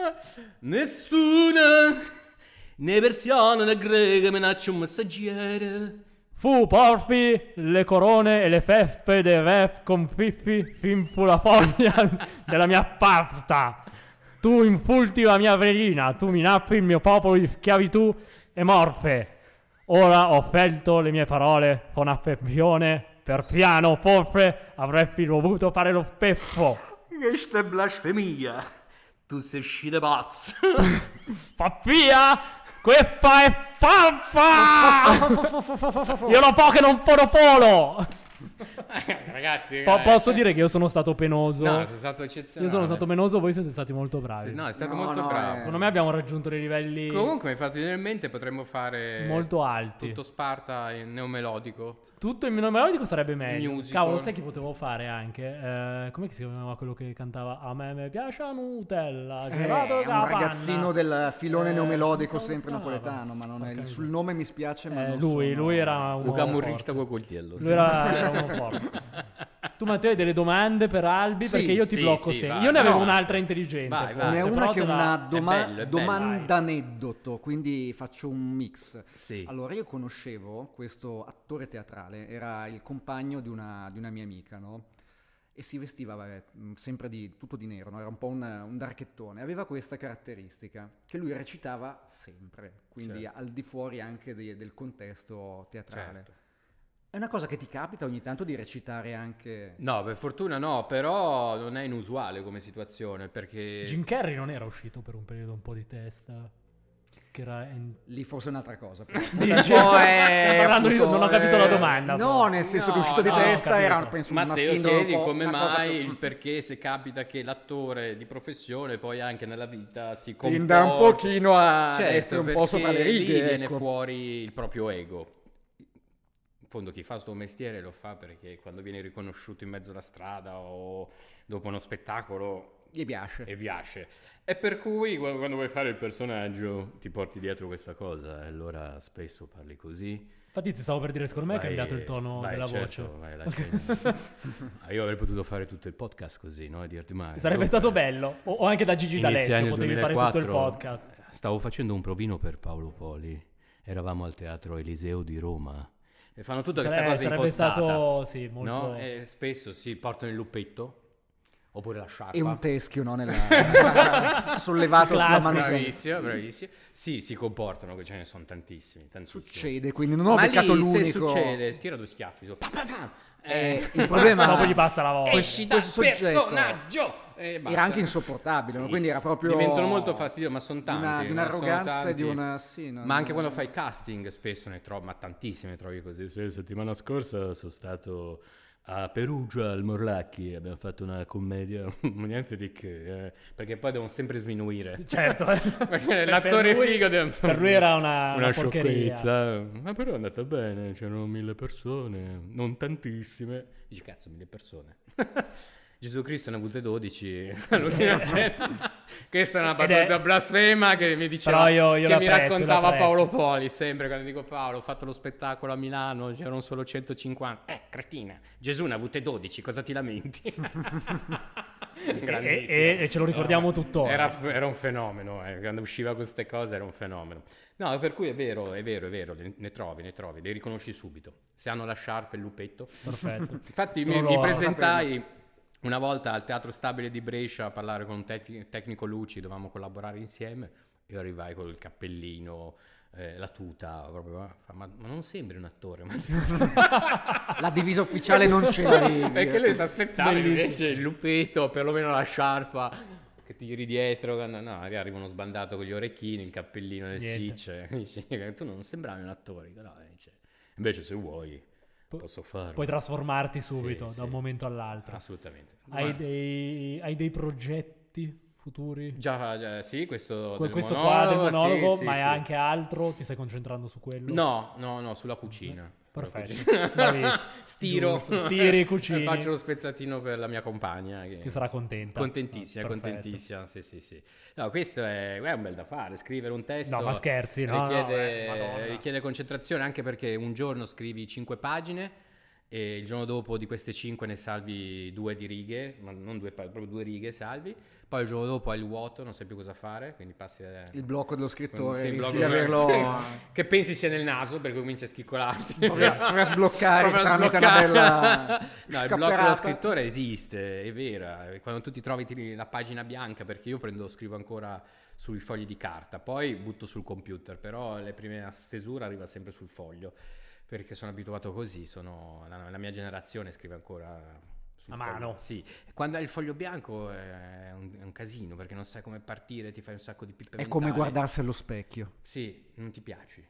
Nessuna né persiana né greca minaccia un messaggero. Fu porfi le corone e le feste dei re con fiffi fin fu la foglia della mia pasta. Tu infulti la mia velina, tu minacci il mio popolo di schiavitù e morte. Ora ho felto le mie parole con affezione, per piano forse avresti dovuto fare lo stesso. Questa è blasfemia. Tu sei uscito pazzo. Pappia, questa è falsa! Io lo so che non sono polo! Ragazzi, Po- eh. posso dire che io sono stato penoso. No, sei stato eccezionale. Io sono stato penoso, voi siete stati molto bravi. No, è stato No, molto no, bravo. eh. Secondo me abbiamo raggiunto dei livelli Comunque mi hai fatto venire in mente, potremmo fare molto alti. tutto Sparta in neomelodico. Tutto in meno melodico sarebbe meglio. Musical. Cavolo, sai chi potevo fare anche? Eh, com'è che si chiamava quello che cantava? A me mi piace la Nutella, Eh, gelato è con la un panna. ragazzino del filone Eh, neomelodico come si sempre chiamava? napoletano, ma non è, Porca sul miseria. nome mi spiace, ma Eh, non lui, sono- lui era un Luca uomo Murricta forte. col coltello. Lui era, era uno forte. Tu Matteo hai delle domande per Albi? Sì, perché io ti sì, blocco sì, sempre. vai, Io ne vai. avevo No. un'altra intelligente. Vai, forse, vai. Ne è però una che è te la- una doma- È bello, è bello, domanda-aneddoto, quindi faccio un mix. Sì. Allora, io conoscevo questo attore teatrale, era il compagno di una, di una mia amica, no? E si vestiva, vabbè, mh, sempre di, tutto di nero, no? Era un po' un, un darchettone. Aveva questa caratteristica, che lui recitava sempre, quindi Certo. al di fuori anche de- del contesto teatrale. Certo. È una cosa che ti capita ogni tanto di recitare anche... No, per fortuna no, però non è inusuale come situazione perché Jim Carrey non era uscito per un periodo un po' di testa. maschera in... Lì forse è un'altra cosa. Dici? Stiamo parlando di- non ho capito la domanda. No, poi. nel senso No, che uscito di no, testa ho capito. era penso una Matteo, sindrome chiedi un po', come una cosa mai più- il perché se capita che l'attore di professione poi anche nella vita si tenda un comporta pochino a Certo, essere un po' perché sopra le righe, lì viene ecco. fuori il proprio ego. In fondo chi fa sto mestiere lo fa perché quando viene riconosciuto in mezzo alla strada o dopo uno spettacolo Gli piace. e piace. E per cui quando quando vuoi fare il personaggio ti porti dietro questa cosa e allora spesso parli così. Infatti ti stavo per dire, secondo me hai Vai- cambiato il tono vai, della certo, voce. vai, lasciami. Ah, io avrei potuto fare tutto il podcast così, no? E dirti ma Sarebbe comunque, stato bello. O, o anche da Gigi iniziai D'Alessio, nel potevi fare tutto il duemilaquattro, podcast. Stavo facendo un provino per Paolo Poli. Eravamo al Teatro Eliseo di Roma. E fanno tutta questa Sare- cosa sarebbe impostata. stato, sì, molto... No? E spesso si portano il luppetto oppure la sciarpa. E un teschio, no? Nella... sollevato sulla Classico. mano. Bravissimo, bravissimo. Sì, si comportano, che ce ne sono tantissimi, tantissimi. Succede, quindi non ho Ma beccato lì, se l'unico. succede, tira due schiaffi. su, pa, pa, pa. Eh, Eh, il problema Dopo gli passa la voce. esci dal questo soggetto personaggio. E basta. era anche insopportabile, no? Quindi era proprio Diventano molto fastidiosi, ma sono di una- tanti. di ma sono un'arroganza e di tanti. una sì, no, Ma anche no. quando fai casting spesso ne trovi, ma tantissime trovi così. Sì, settimana scorsa sono stato a Perugia, al Morlacchi, abbiamo fatto una commedia, niente di che, eh, perché poi devono sempre sminuire. Certo. Perché Per- l'attore per lui- figo deve... per lui era una, una una porcheria. sciocchezza, ma però è andata bene, c'erano mille persone, non tantissime. Dici, cazzo, mille persone. Gesù Cristo ne ha avute dodici all'ultima cena. Questa è una Ed è- battuta blasfema che mi diceva, Però io- io che mi l'apprezzo, raccontava l'apprezzo. Paolo Poli, sempre quando dico Paolo, ho fatto lo spettacolo a Milano, c'erano solo centocinquanta. Eh, cretina, Gesù ne ha avute dodici, cosa ti lamenti? Grandissimo. E- e ce lo ricordiamo tuttora. Era, era un fenomeno, eh, quando usciva queste cose era un fenomeno. No, per cui è vero, è vero, è vero, ne, ne trovi, ne trovi, li riconosci subito. Se hanno la sciarpa e il lupetto. Perfetto. Infatti Sono mi, mi loro. presentai una volta al Teatro Stabile di Brescia a parlare con un tec- tecnico luci, dovevamo collaborare insieme. Io arrivai con il cappellino, eh, la tuta, proprio, eh, fa, ma, ma non sembri un attore. Ma... La divisa ufficiale non ce l'avevi. Perché lui si aspettava Bellissimo. invece il lupetto, perlomeno la sciarpa che tiri dietro. Quando, no, arriva uno sbandato con gli orecchini, il cappellino nel Niente. sicce. Dici, tu non sembravi un attore. No, dice, invece se vuoi Pu- posso farlo. Puoi trasformarti subito Sì, da sì. un momento all'altro. Assolutamente. Hai Ma- dei, hai dei progetti futuri? Già, già, sì, questo, Que- del questo qua del monologo, monologo, sì, ma sì, è sì. anche altro? Ti stai concentrando su quello? No, no, no, sulla cucina. Perfetto. Sulla cucina. Bravissimo. Stiro. Giusto. Stiri, cucini. Faccio lo spezzatino per la mia compagna. Che, Che sarà contenta. Contentissima, Ah, perfetto. contentissima. Sì, sì, sì. No, questo è, è un bel da fare. Scrivere un testo. No, ma scherzi, no, no, richiede, eh, Madonna. richiede concentrazione anche perché un giorno scrivi cinque pagine. E il giorno dopo di queste cinque ne salvi due di righe, ma non due, pa- proprio due righe salvi. Poi il giorno dopo hai il vuoto, non sai più cosa fare, quindi passi a... Il blocco dello scrittore, Sì, il rischi blocco- di averlo che pensi sia nel naso perché cominci a schiccolarti. Provi a- provi a sbloccare Provi a tramite una sbloccare. bella No, il blocco scapperata. dello scrittore esiste, è vera. Quando tu ti trovi ti- la pagina bianca, perché io prendo, scrivo ancora sui fogli di carta, poi butto sul computer, però le prime stesura arriva sempre sul foglio. Perché sono abituato così, sono, la, la mia generazione scrive ancora sul A foglio. mano. Sì, quando hai il foglio bianco è un, è un casino perché non sai come partire, ti fai un sacco di pippe È come mentali. guardarsi allo specchio. Sì, non ti piaci.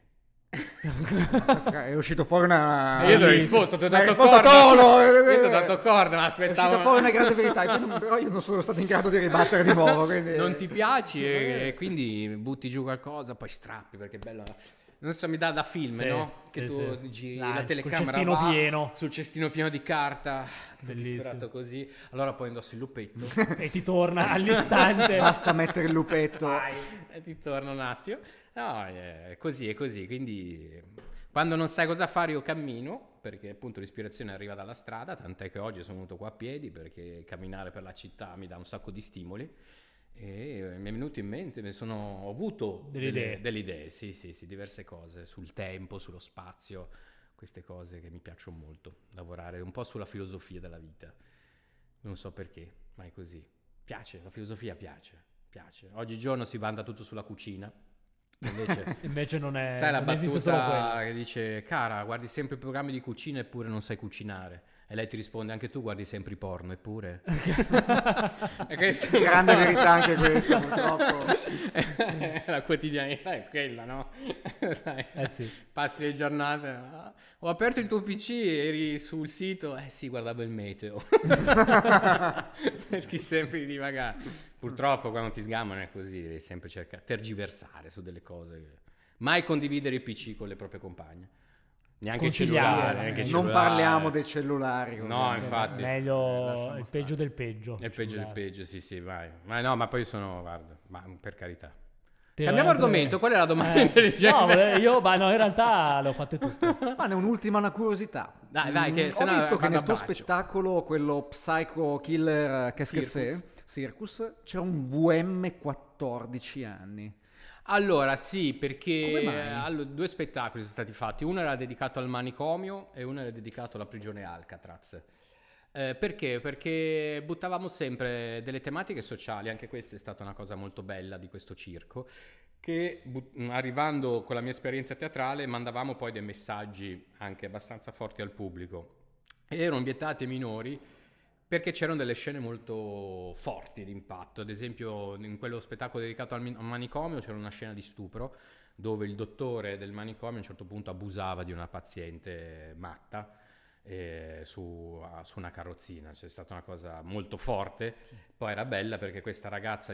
È uscito fuori una... E io ti ho risposto, ti ho Mi hai dato risposto corda. Tolo, eh, Io ti ho dato corda, ma È aspettavo. uscita fuori una grande verità, e poi non- però io non sono stato in grado di ribattere di nuovo. Quindi... Non ti piaci e, e quindi butti giù qualcosa, poi strappi perché è bello. Non so, mi dà da film, Sì, no? Che sì, tu sì. giri Dai, la col telecamera cestino va pieno. sul cestino pieno di carta, Bellissimo. disperato così. Allora poi indossi il lupetto E ti torna all'istante. Basta mettere il lupetto. Vai. e ti torna un attimo. No, è così, è così. Quindi quando non sai cosa fare io cammino, perché appunto l'ispirazione arriva dalla strada, tant'è che oggi sono venuto qua a piedi perché camminare per la città mi dà un sacco di stimoli. E mi è venuto in mente, mi sono, ho avuto Delle idee. delle idee, sì, sì, sì, diverse cose sul tempo, sullo spazio, queste cose che mi piacciono molto, lavorare un po' sulla filosofia della vita. Non so perché, ma è così. Piace, la filosofia piace, piace. Oggigiorno si banda tutto sulla cucina, invece Invece non è. sai la non esiste solo quello. battuta che dice, cara, guardi sempre i programmi di cucina eppure non sai cucinare. E lei ti risponde: anche tu guardi sempre i porno, eppure. E questa è grande verità anche questa, purtroppo. La quotidianità è quella, no? Sai, eh sì. Passi le giornate. Ah, ho aperto il tuo P C, eri sul sito. Eh sì, guardavo il meteo. Cerchi sempre di divagare. Purtroppo quando ti sgamano è così, devi sempre cercare, tergiversare su delle cose. Mai condividere il P C con le proprie compagne. Neanche cellulare, neanche non cellulare. parliamo dei cellulari. No, infatti. Meglio il peggio del peggio. È il peggio del peggio, sì, sì, vai. Ma no, ma poi sono, guarda, ma per carità. Te Cambiamo altre... argomento, qual è la domanda eh, intelligente? No, io, ma no, in realtà le ho fatte tutte. Ma ne un'ultima, una curiosità. Dai, dai, che Mm, se ho no visto che vado nel a tuo braccio. spettacolo, quello Psycho Killer Qu'est-ce que Circus. c'est? Circus, c'era un V M quattordici anni. Allora, sì, perché Come mai? allora, due spettacoli sono stati fatti. Uno era dedicato al manicomio e uno era dedicato alla prigione Alcatraz. Eh, perché? Perché buttavamo sempre delle tematiche sociali, anche questa è stata una cosa molto bella di questo circo, che but- arrivando con la mia esperienza teatrale mandavamo poi dei messaggi anche abbastanza forti al pubblico. E erano vietati ai minori perché c'erano delle scene molto forti di impatto. Ad esempio in quello spettacolo dedicato al, min- al manicomio c'era una scena di stupro dove il dottore del manicomio a un certo punto abusava di una paziente matta eh, su, a, su una carrozzina. C'è stata una cosa molto forte. Poi era bella perché questa ragazza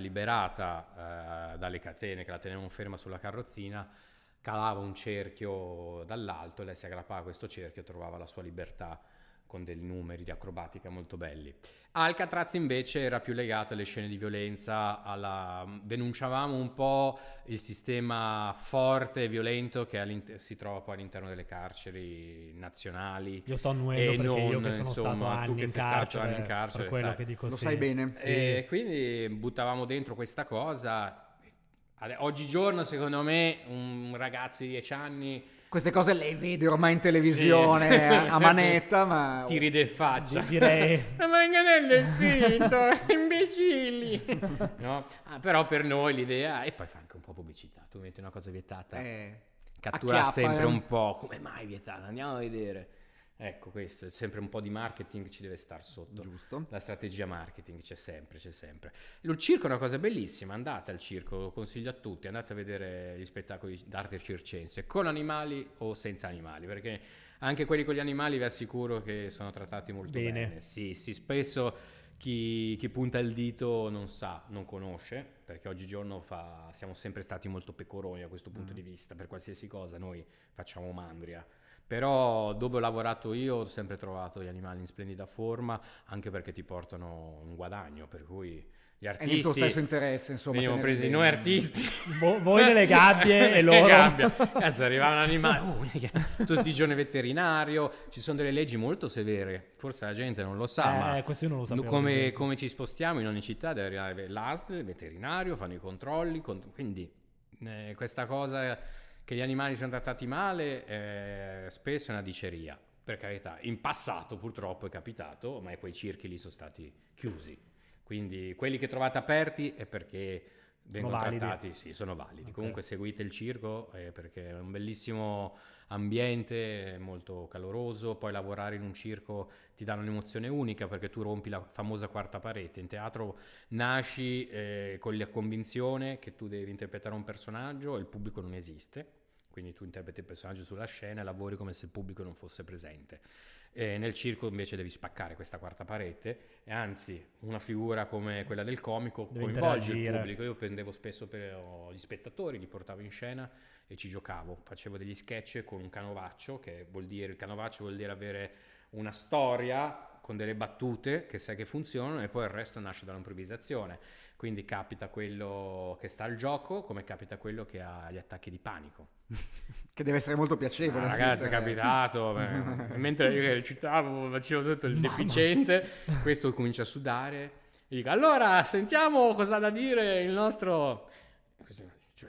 liberata eh, dalle catene che la tenevano ferma sulla carrozzina calava un cerchio dall'alto e lei si aggrappava a questo cerchio e trovava la sua libertà con dei numeri di acrobatica molto belli. Alcatraz invece era più legato alle scene di violenza, alla... denunciavamo un po' il sistema forte e violento che si trova poi all'interno delle carceri nazionali. Io sto annuendo perché non, io che sono insomma, stato anni tu che in sei carcere, stato anni in carcere, per quello sai. che dico Lo sì. sai bene. Sì. E quindi buttavamo dentro questa cosa. Oggigiorno secondo me un ragazzo di dieci anni Queste cose lei vede ormai in televisione Sì. a, a manetta, ma... ti ride in faccia. Direi Ma manganello è zitto, imbecilli. No? Ah, però per noi l'idea, e poi fa anche un po' pubblicità, tu metti una cosa vietata, Eh, cattura acchiappa, sempre eh. un po', come mai vietata, andiamo a vedere. Ecco, questo è sempre un po' di marketing, ci deve star sotto. Giusto. La strategia marketing c'è sempre, c'è sempre. Il circo è una cosa bellissima, andate al circo, lo consiglio a tutti, andate a vedere gli spettacoli d'arte circense, con animali o senza animali, perché anche quelli con gli animali vi assicuro che sono trattati molto Bene. bene. Sì, sì, spesso chi, chi punta il dito non sa, non conosce, perché oggigiorno fa, siamo sempre stati molto pecoroni da questo punto Mm. di vista, per qualsiasi cosa noi facciamo mandria. Però dove ho lavorato io ho sempre trovato gli animali in splendida forma, anche perché ti portano un guadagno, per cui gli È nel tuo artisti stesso interesse, insomma. venivano tenere presi bene. noi artisti. Vo- voi nelle gabbie e loro gabbia. Cazzo, arrivava un animale, uh, tutti i giorni veterinario, ci sono delle leggi molto severe, forse la gente non lo sa, Eh, ma questo io non lo sapevo, per come, esempio. come ci spostiamo in ogni città deve arrivare l'A S L, il veterinario, fanno i controlli, con- quindi eh, questa cosa che gli animali siano trattati male eh, spesso è una diceria, per carità. In passato purtroppo è capitato, ma quei circhi lì sono stati chiusi, quindi quelli che trovate aperti è perché vengono validi. trattati, sì, sono validi. Ok. Comunque seguite il circo eh, perché è un bellissimo ambiente, molto caloroso. Poi lavorare in un circo ti dà un'emozione unica perché tu rompi la famosa quarta parete. In teatro nasci eh, con la convinzione che tu devi interpretare un personaggio e il pubblico non esiste, quindi tu interpreti il personaggio sulla scena e lavori come se il pubblico non fosse presente. E nel circo invece devi spaccare questa quarta parete e anzi una figura come quella del comico Deve coinvolge il interagire. pubblico. Io prendevo spesso per oh, gli spettatori, li portavo in scena e ci giocavo, facevo degli sketch con un canovaccio, che vuol dire, il canovaccio vuol dire avere una storia con delle battute che sai che funzionano e poi il resto nasce dall'improvvisazione. Quindi capita quello che sta al gioco come capita quello che ha gli attacchi di panico. Che deve essere molto piacevole. Ah, ragazzi, è assistere. capitato. beh, mentre io che recitavo, facevo tutto il deficiente, questo comincia a sudare. E dico, allora, sentiamo cosa ha da dire il nostro... Questo dice,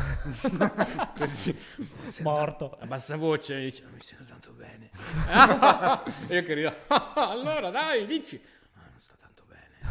"Ah." Così, Morto. a bassa voce dice, mi sento tanto bene. E io che rido, allora dai, dici. "Ah, non sto tanto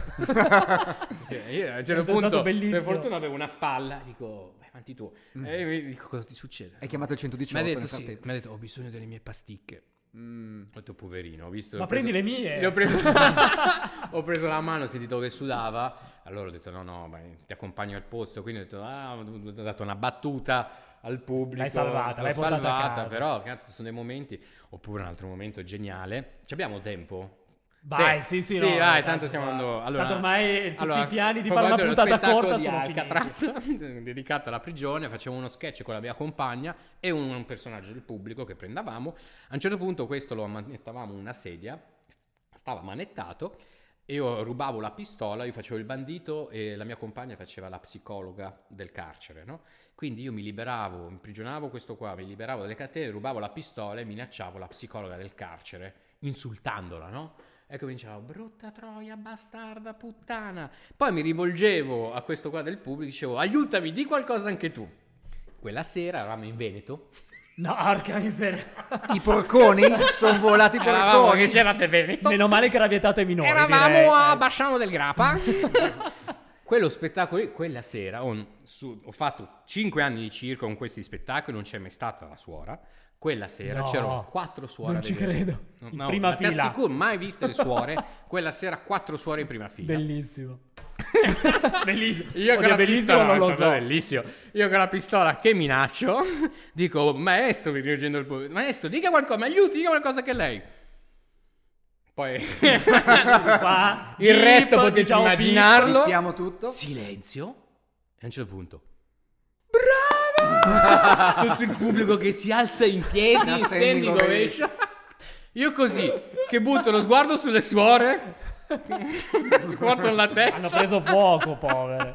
bene." E io a un certo Questo è punto, stato per bellissimo. fortuna avevo una spalla, dico, vai avanti tu. E io mi dico, cosa ti succede? Hai chiamato il Mi ha centodiciotto detto, nel sì, frattempo. mi ha detto, ho bisogno delle mie pasticche. Mm. Ho detto poverino, ho visto... Ma ho preso- prendi le mie! le ho preso, ho preso la mano, ho sentito che sudava, allora ho detto no no, beh, ti accompagno al posto, quindi ho detto ah, ho dato una battuta al pubblico, L'hai salvata, l'ho l'hai portata a salvata, casa. però cazzo sono dei momenti. Oppure un altro momento geniale, ci abbiamo tempo? Vai, sì, sì, sì, no, vai, tanto tanto stiamo va. andando. Allora, Tanto ormai tutti allora, i piani di poi fare una guarda, lo puntata spettacolo corta di sono Alcatraz, dedicato alla prigione, facevo uno sketch con la mia compagna e un, un personaggio del pubblico che prendavamo. A un certo punto questo lo manettavamo una sedia, stava manettato, e io rubavo la pistola, io facevo il bandito e la mia compagna faceva la psicologa del carcere, no? Quindi io mi liberavo, imprigionavo questo qua, mi liberavo dalle catene, rubavo la pistola e minacciavo la psicologa del carcere, insultandola, no? E cominciavo, brutta troia, bastarda, puttana. Poi mi rivolgevo a questo qua del pubblico, dicevo, aiutami, di qualcosa anche tu. Quella sera eravamo in Veneto. No, porca miseria. I porconi? Sono volati i Eravamo porconi. che c'erate Veneto. Meno male che era vietato ai minori. Eravamo direi. a Eh. Basciano del Grappa. Quello spettacolo, lì, quella sera, ho, su- ho fatto cinque anni di circo con questi spettacoli, non c'è mai stata la suora. Quella sera No, c'erano quattro suore. non a ci vedere. credo. No, In no, prima ma ti fila. assicuro, mai viste le suore. Quella sera quattro suore in prima fila. Bellissimo. Bellissimo. Io con Oddio, la bellissimo pistola, non lo è stato so. bellissimo. Io con la pistola che minaccio, dico, maestro, mi rivolgendo al pubblico, maestro, dica qualcosa, mi aiuti, dica qualcosa che lei. Poi Qua, il beep, resto potete diciamo immaginarlo. Mettiamo tutto. Silenzio. E a un certo punto, bravo! Tutto il pubblico che si alza in piedi, Una standing standing ovation. Io così, che butto lo sguardo sulle suore, scuotono la testa. Hanno preso fuoco, povere.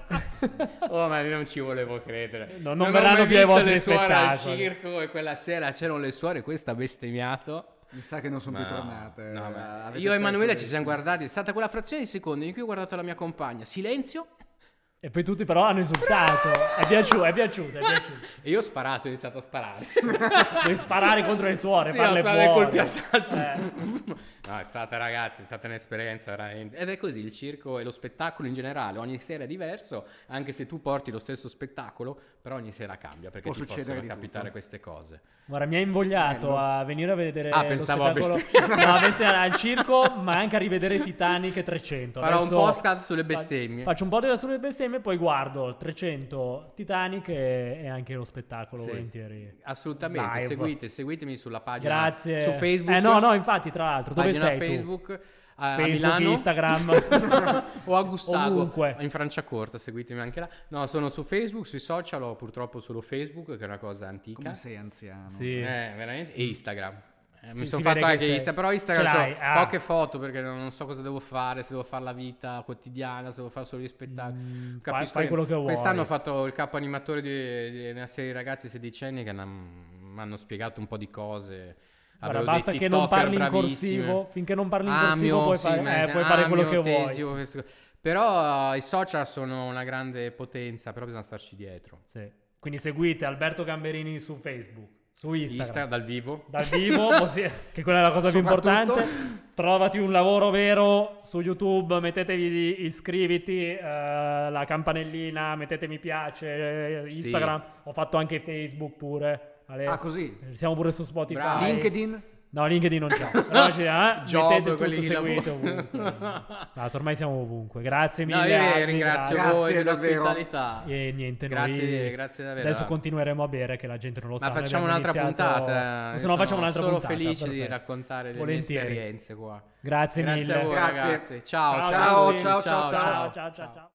Oh, ma io non ci volevo credere. No, non ho verranno mai più ai visto vostri le suore al spettacoli. circo e quella sera c'erano le suore, questa ha bestemmiato. Mi sa che non sono più No, tornate. no, eh, ma avete io e Emanuele perso ci il- siamo guardati, è stata quella frazione di secondi in cui ho guardato la mia compagna, silenzio, E poi tutti però hanno insultato. È piaciuto, è piaciuto, è piaciuto. e io ho sparato, ho iniziato a sparare. Devi sparare contro le suore, Sì, farle ho sparato fuori. colpi a salto. Eh. No, è stata, ragazzi, è stata un'esperienza veramente. Ed è così, il circo e lo spettacolo in generale, ogni sera è diverso, anche se tu porti lo stesso spettacolo, però ogni sera cambia, perché Può ti succedere possono di capitare tutto. queste cose. Guarda, mi ha invogliato Bello. a venire a vedere Ah, lo pensavo a spettacolo. bestemmie. No, a pensare al circo, ma anche a rivedere Titanic trecento. Farò un Adesso podcast sulle fa- bestemmie. Faccio un podcast sulle bestemmie, poi guardo trecento Titanic e, e anche lo spettacolo Sì. volentieri. Assolutamente, Live. seguite, seguitemi sulla pagina Grazie. su Facebook. Eh no, no, infatti, tra l'altro, dove pagina sei tu? Facebook a, a Facebook, Milano Instagram. o a Gussago Ovunque. in Franciacorta, seguitemi anche là. No, sono su Facebook, sui social ho purtroppo solo Facebook, che è una cosa antica. Come sei anziano. Sì. Eh, veramente, e Instagram. Eh, mi Sì, sono si fatto vede che anche sei- Instagram, però Instagram ce l'hai, ho ah. poche foto perché non non so cosa devo fare, se devo fare la vita quotidiana, se devo fare solo gli spettacoli. Mm, Capisco fai, fai che quello che vuoi. Quest'anno ho fatto il capo animatore di, di una serie di ragazzi sedicenni che mi hanno spiegato un po' di cose. Guarda, Avevo dei basta che non TikToker parli in bravissimi. corsivo. Finché non parli in Ah, corsivo mio, puoi, sì, fare, ma- eh, puoi ah, fare quello mio che tesio, vuoi. questo- Però uh, i social sono una grande potenza, però bisogna starci dietro. Sì. Quindi seguite Alberto Gamberini su Facebook, su Instagram. Insta dal vivo. Dal vivo, così- che quella è la cosa più Soprattutto- importante. Trovati un lavoro vero su YouTube, mettetevi iscriviti, eh, la campanellina, mettete mi piace, eh, Instagram, ho fatto anche Facebook pure. Ale- Ah, così. Siamo pure su Spotify. Bravo. LinkedIn? No, LinkedIn non c'è. Però ci- eh, Job, mettete quelli tutto, di seguite lavoro. ovunque. No, ormai siamo ovunque. Grazie mille. No, io vi Albi, ringrazio grazie. voi Grazie, dell'ospitalità. E niente, Grazie, noi grazie davvero. adesso continueremo a bere, che la gente non lo sa. Ma noi facciamo abbiamo un'altra iniziato- puntata. O Io se no facciamo sono un'altra solo puntata. felice di perfetto. raccontare le Volentieri. mie esperienze qua. Grazie, Grazie mille. a voi Grazie. ragazzi. Ciao, Ciao, ciao, ciao, ciao, ciao, ciao. ciao, ciao, ciao.